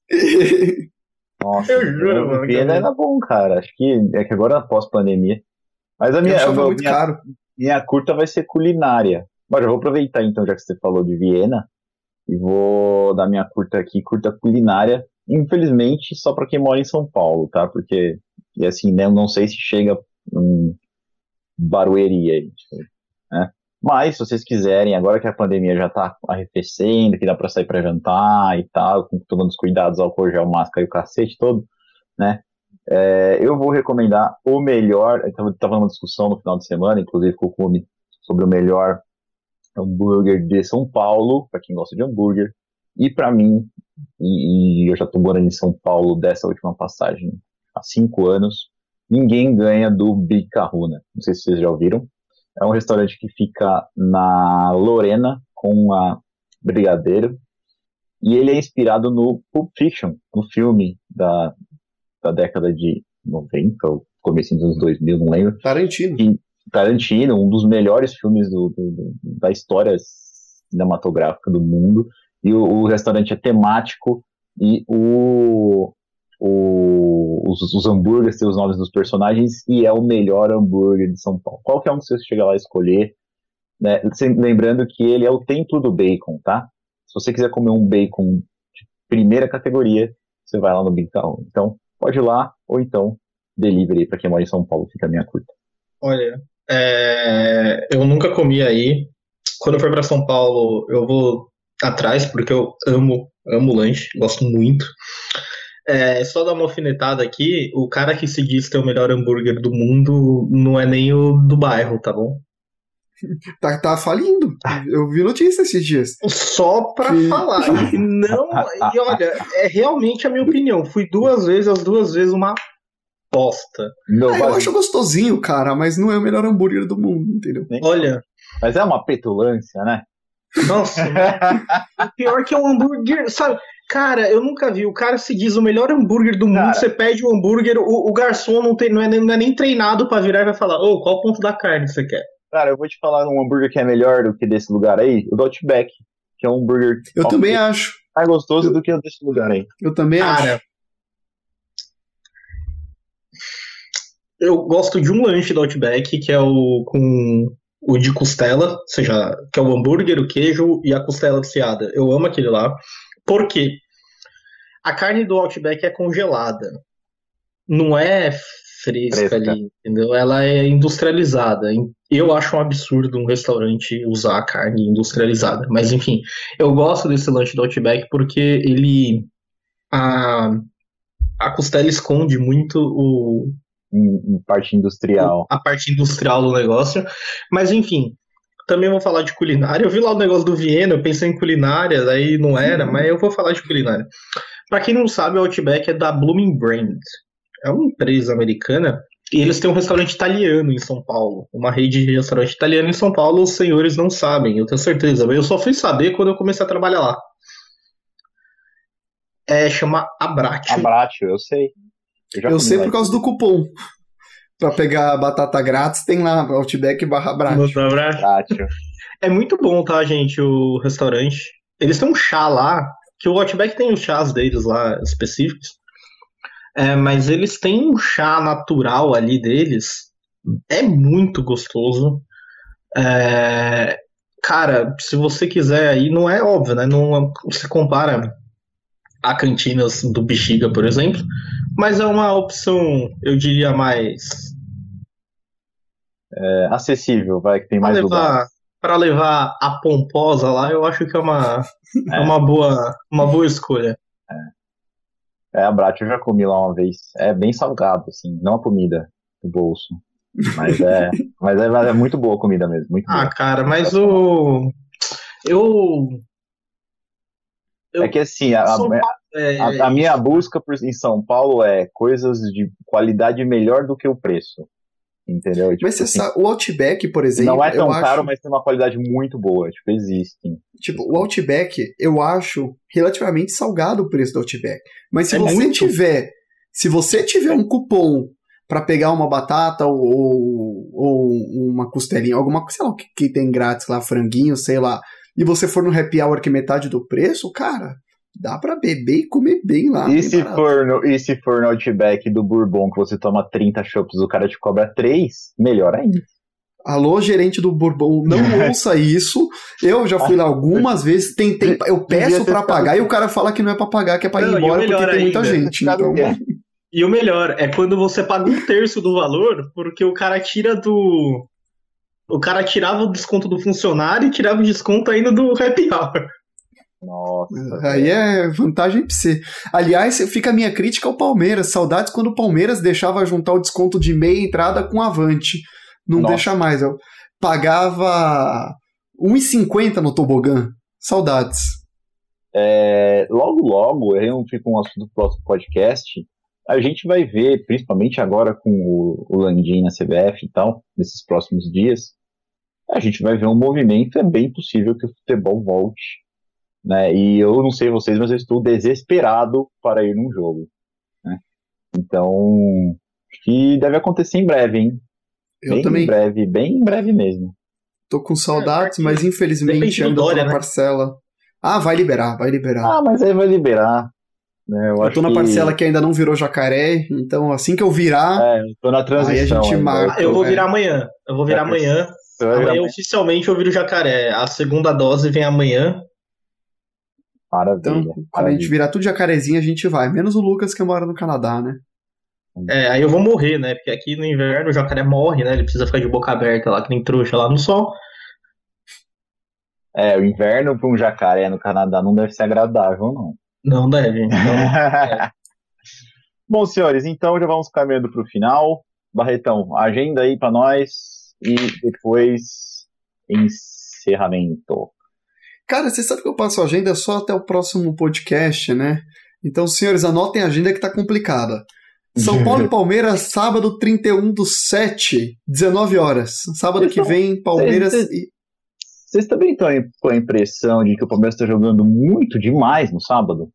Nossa, Eu juro, mano, Viena cara. era bom, cara. Acho que é que agora pós-pandemia. Mas a Eu minha, achava a muito minha, caro. minha curta vai ser culinária. Mas eu vou aproveitar então, já que você falou de Viena, e vou dar minha curta aqui, curta culinária. Infelizmente, só pra quem mora em São Paulo, tá? Porque, e assim, né, eu não sei se chega em Barueri aí, né? Mas, se vocês quiserem, agora que a pandemia já tá arrefecendo, que dá pra sair pra jantar e tal, com tomando os cuidados, álcool gel, máscara e o cacete todo, né? É, eu vou recomendar o melhor, eu estava numa discussão no final de semana, inclusive com o Kumi, sobre o melhor hambúrguer de São Paulo, para quem gosta de hambúrguer, e para mim, e, e eu já estou morando em São Paulo dessa última passagem há cinco anos, ninguém ganha do Big Kahuna. Não sei se vocês já ouviram. É um restaurante que fica na Lorena com a Brigadeiro, e ele é inspirado no Pulp Fiction, no filme da da década de noventa, ou começo dos anos dois mil, não lembro. Tarantino. E Tarantino, um dos melhores filmes do, do, do, da história cinematográfica do mundo. E o, o restaurante é temático e o, o, os, os hambúrgueres têm os nomes dos personagens e é o melhor hambúrguer de São Paulo. Qualquer um que você chegar lá a escolher, né? Lembrando que ele é o templo do bacon, tá? Se você quiser comer um bacon de primeira categoria, você vai lá no Big Kahuna. Então, pode ir lá, ou então, delivery para quem mora em São Paulo, fica a minha curta. Olha, é, eu nunca comi aí. Quando eu for para São Paulo, eu vou atrás, porque eu amo, amo lanche, gosto muito. É, só dar uma alfinetada aqui, o cara que se diz ter o melhor hambúrguer do mundo não é nem o do bairro, tá bom? Tá, tá falindo. Eu vi notícia esses dias. Só pra Que- falar. E não, e olha, é realmente a minha opinião. Fui duas vezes, as duas vezes uma bosta. Meu, Ah, eu mas, acho gostosinho, cara, mas não é o melhor hambúrguer do mundo, entendeu? Olha, mas é uma petulância, né? Nossa, o pior que é um hambúrguer, sabe? Cara, eu nunca vi. O cara se diz o melhor hambúrguer do mundo. Cara, você pede o hambúrguer, o, o garçom não, tem, não, é, não é nem treinado pra virar e vai falar: ô, oh, qual ponto da carne você quer? Cara, eu vou te falar um hambúrguer que é melhor do que desse lugar aí, o do Outback, que é um hambúrguer. Eu também acho. Mais gostoso eu, do que o desse lugar aí. Eu também cara, acho. Eu gosto de um lanche do Outback, que é o com o de costela, ou seja, que é o hambúrguer, o queijo e a costela desfiada. Eu amo aquele lá. Por quê? A carne do Outback é congelada. Não é fresca, fresca ali, entendeu? Ela é industrializada. Eu acho um absurdo um restaurante usar a carne industrializada. Mas, enfim, eu gosto desse lanche do Outback porque ele... A, a costela esconde muito o... Em, em parte industrial. A parte industrial do negócio. Mas, enfim, também vou falar de culinária. Eu vi lá o negócio do Viena, eu pensei em culinária, daí não era, mas eu vou falar de culinária. Pra quem não sabe, o Outback é da Bloomin' Brands. É uma empresa americana e eles têm um restaurante italiano em São Paulo. Uma rede de restaurante italiano em São Paulo, os senhores não sabem, eu tenho certeza. Eu só fui saber quando eu comecei a trabalhar lá. É, chama Abbraccio. Abbraccio, eu sei. Eu, eu sei por causa do cupom. Pra pegar batata grátis, tem lá Outback barra Abbraccio. É muito bom, tá, gente, o restaurante. Eles têm um chá lá, que o Outback tem os chás deles lá específicos. É, mas eles têm um chá natural ali deles. É muito gostoso. É, cara, se você quiser aí, não é óbvio, né? Não se compara a cantinas do Bexiga, por exemplo. Mas é uma opção, eu diria, mais... É, acessível, vai, que tem mais lugar. Para levar a pomposa lá, eu acho que é uma, é. É uma, boa, uma boa escolha. É, é a Abbraccio eu já comi lá uma vez. É bem salgado, assim, não a comida do bolso. Mas é, mas é, mas é muito boa a comida mesmo. Muito ah, boa. cara, mas o... Eu... eu... É que assim, a, a, a, a minha busca por, em São Paulo é coisas de qualidade melhor do que o preço. Entendeu? Tipo, mas você assim, sabe, o Outback, por exemplo... Não é tão caro, acho... mas tem uma qualidade muito boa. Tipo, existem. Tipo, o Outback, eu acho relativamente salgado o preço do Outback. Mas se é você muito... tiver... Se você tiver um cupom para pegar uma batata ou, ou uma costelinha, alguma coisa, sei lá, o que, que tem grátis lá, franguinho, sei lá, e você for no happy hour que é metade do preço, cara... Dá pra beber e comer bem lá. E se, for no, e se for no Outback do Bourbon, que você toma trinta chopps, o cara te cobra três, melhor ainda. Alô, gerente do Bourbon, não ouça isso. Eu já fui lá algumas vezes, tentei, eu peço pra pagar e o cara fala que não é pra pagar, que é pra ir não, embora porque tem ainda. Muita gente. Então... E o melhor é quando você paga um terço do valor, porque o cara tira do... O cara tirava o desconto do funcionário e tirava o desconto ainda do happy hour. Nossa. Aí é vantagem pra você. Aliás, fica a minha crítica ao Palmeiras. Saudades quando o Palmeiras deixava juntar o desconto de meia entrada com Avante. Não Nossa. Deixa mais. Eu pagava um real e cinquenta no tobogã. Saudades. É, logo, logo, eu não fico um assunto do próximo podcast. A gente vai ver, principalmente agora com o, o Landim na C B F e tal, nesses próximos dias, a gente vai ver um movimento. É bem possível que o futebol volte. Né? E eu não sei vocês, mas eu estou desesperado para ir num jogo. Né? Então, acho que deve acontecer em breve, hein? Eu bem também. em breve, bem em breve mesmo. Tô com saudades, é, mas infelizmente ainda tô na né? parcela. Ah, vai liberar, vai liberar. Ah, mas aí vai liberar. Né? Eu, eu acho tô na que... parcela que ainda não virou jacaré, então assim que eu virar... É, eu tô na transição. Aí a gente marca. Eu vou virar é. amanhã. Eu vou virar Já amanhã. Amanhã virar... oficialmente eu viro jacaré. A segunda dose vem amanhã. Maravilha, então, maravilha. Quando a gente virar tudo jacarezinho, a gente vai. Menos o Lucas, que mora no Canadá, né? É, aí eu vou morrer, né? Porque aqui no inverno o jacaré morre, né? Ele precisa ficar de boca aberta lá, que nem trouxa lá no sol. É, o inverno para um jacaré no Canadá não deve ser agradável, não. Não deve. Não. é. Bom, senhores, então já vamos caminhando para o final. Barretão, agenda aí para nós e depois encerramento. Cara, você sabe que eu passo a agenda só até o próximo podcast, né? Então, senhores, anotem a agenda que tá complicada. São Paulo e Palmeiras, sábado trinta e um do sete, dezenove horas. Sábado que vem, Palmeiras cês, e... Vocês também estão com a impressão de que o Palmeiras está jogando muito demais no sábado?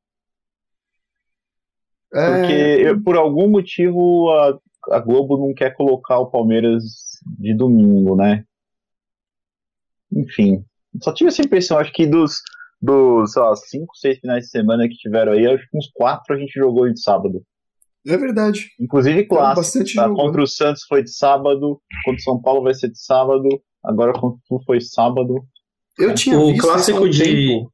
É... Porque, eu, por algum motivo, a, a Globo não quer colocar o Palmeiras de domingo, né? Enfim, só tive essa impressão. Acho que dos, dos sei lá, cinco, seis finais de semana que tiveram aí, acho que uns quatro a gente jogou de sábado. É verdade. Inclusive clássico, tá? Jogo, Contra né? o Santos foi de sábado, contra o São Paulo vai ser de sábado, agora contra o Flu foi sábado. Eu tinha O visto clássico isso há um de... tempo.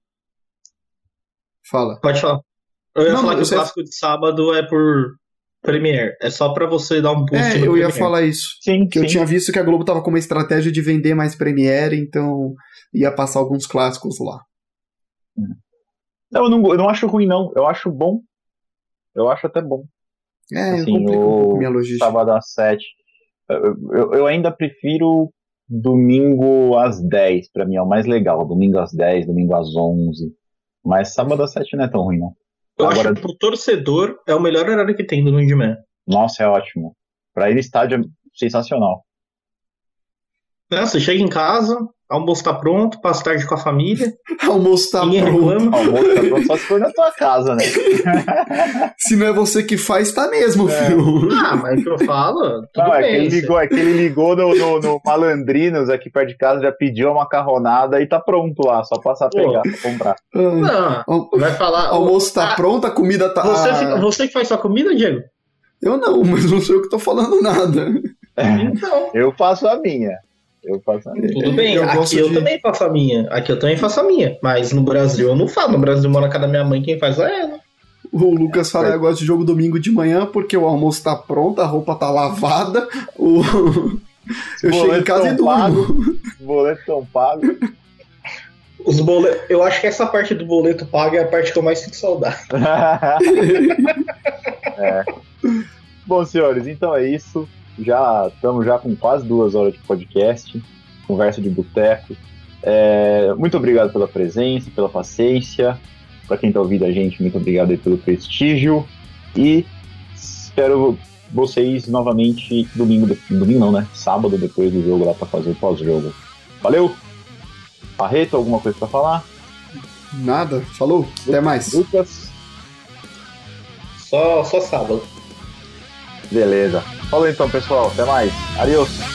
Fala. Pode falar. Eu ia Não, falar que eu o sei- clássico de sábado é por Premiere. É só pra você dar um boost É, no eu ia Premiere. falar isso. Sim, Que eu sim. tinha visto que a Globo tava com uma estratégia de vender mais Premiere, então ia passar alguns clássicos lá. Não, eu não, eu não acho ruim, não. Eu acho bom. Eu acho até bom. É, Assim, complica um o pouco minha logística. Sábado às sete. Eu, eu, eu ainda prefiro domingo às dez, pra mim é o mais legal. Domingo às dez, domingo às onze. Mas sábado às sete não é tão ruim, não. Eu Agora- acho que pro torcedor é o melhor horário que tem do domingo de manhã. Nossa, é ótimo. Pra ir no estádio é sensacional. Né? Você chega em casa, almoço tá pronto, passa tarde com a família, Almoço tá ninguém pronto. reclama. O almoço tá pronto só se for na tua casa, né? Se não é você que faz, tá mesmo, filho. Ah, mas o que eu falo, tudo Não, é que bem. ele ligou, é que ele ligou no, no, no Malandrinos aqui perto de casa, já pediu a macarronada e tá pronto lá, só passar a Pô. pegar pra comprar. Ah, Não, vai falar... almoço tá Ah, pronto, a comida tá... Você, fica- você que faz sua comida, Diego? Eu não, mas não sou eu que tô falando nada. Então, Eu faço a minha. Eu faço a minha. tudo bem. Eu Aqui gosto eu de- também faço a minha. Aqui eu também faço a minha. Mas no Brasil eu não faço. No Brasil mora na casa da minha mãe, quem faz é ela. O Lucas fala que gosta de jogo domingo de manhã porque o almoço tá pronto, a roupa tá lavada, o... eu chego em casa e tão pago, durmo. os boletos tão pagos. Os boletos, eu acho que essa parte do boleto pago é a parte que eu mais sinto saudade. É. Bom, senhores, então é isso. Já estamos já com quase duas horas de podcast, conversa de boteco. É, muito obrigado pela presença, pela paciência. Para quem está ouvindo a gente, muito obrigado aí pelo prestígio. E espero vocês novamente domingo, domingo não, né? Sábado depois do jogo lá para fazer o pós-jogo. Valeu! Barreto, alguma coisa para falar? Nada, falou, até mais. Lucas? Só, só sábado. Beleza. Falou então, pessoal. Até mais. Adeus.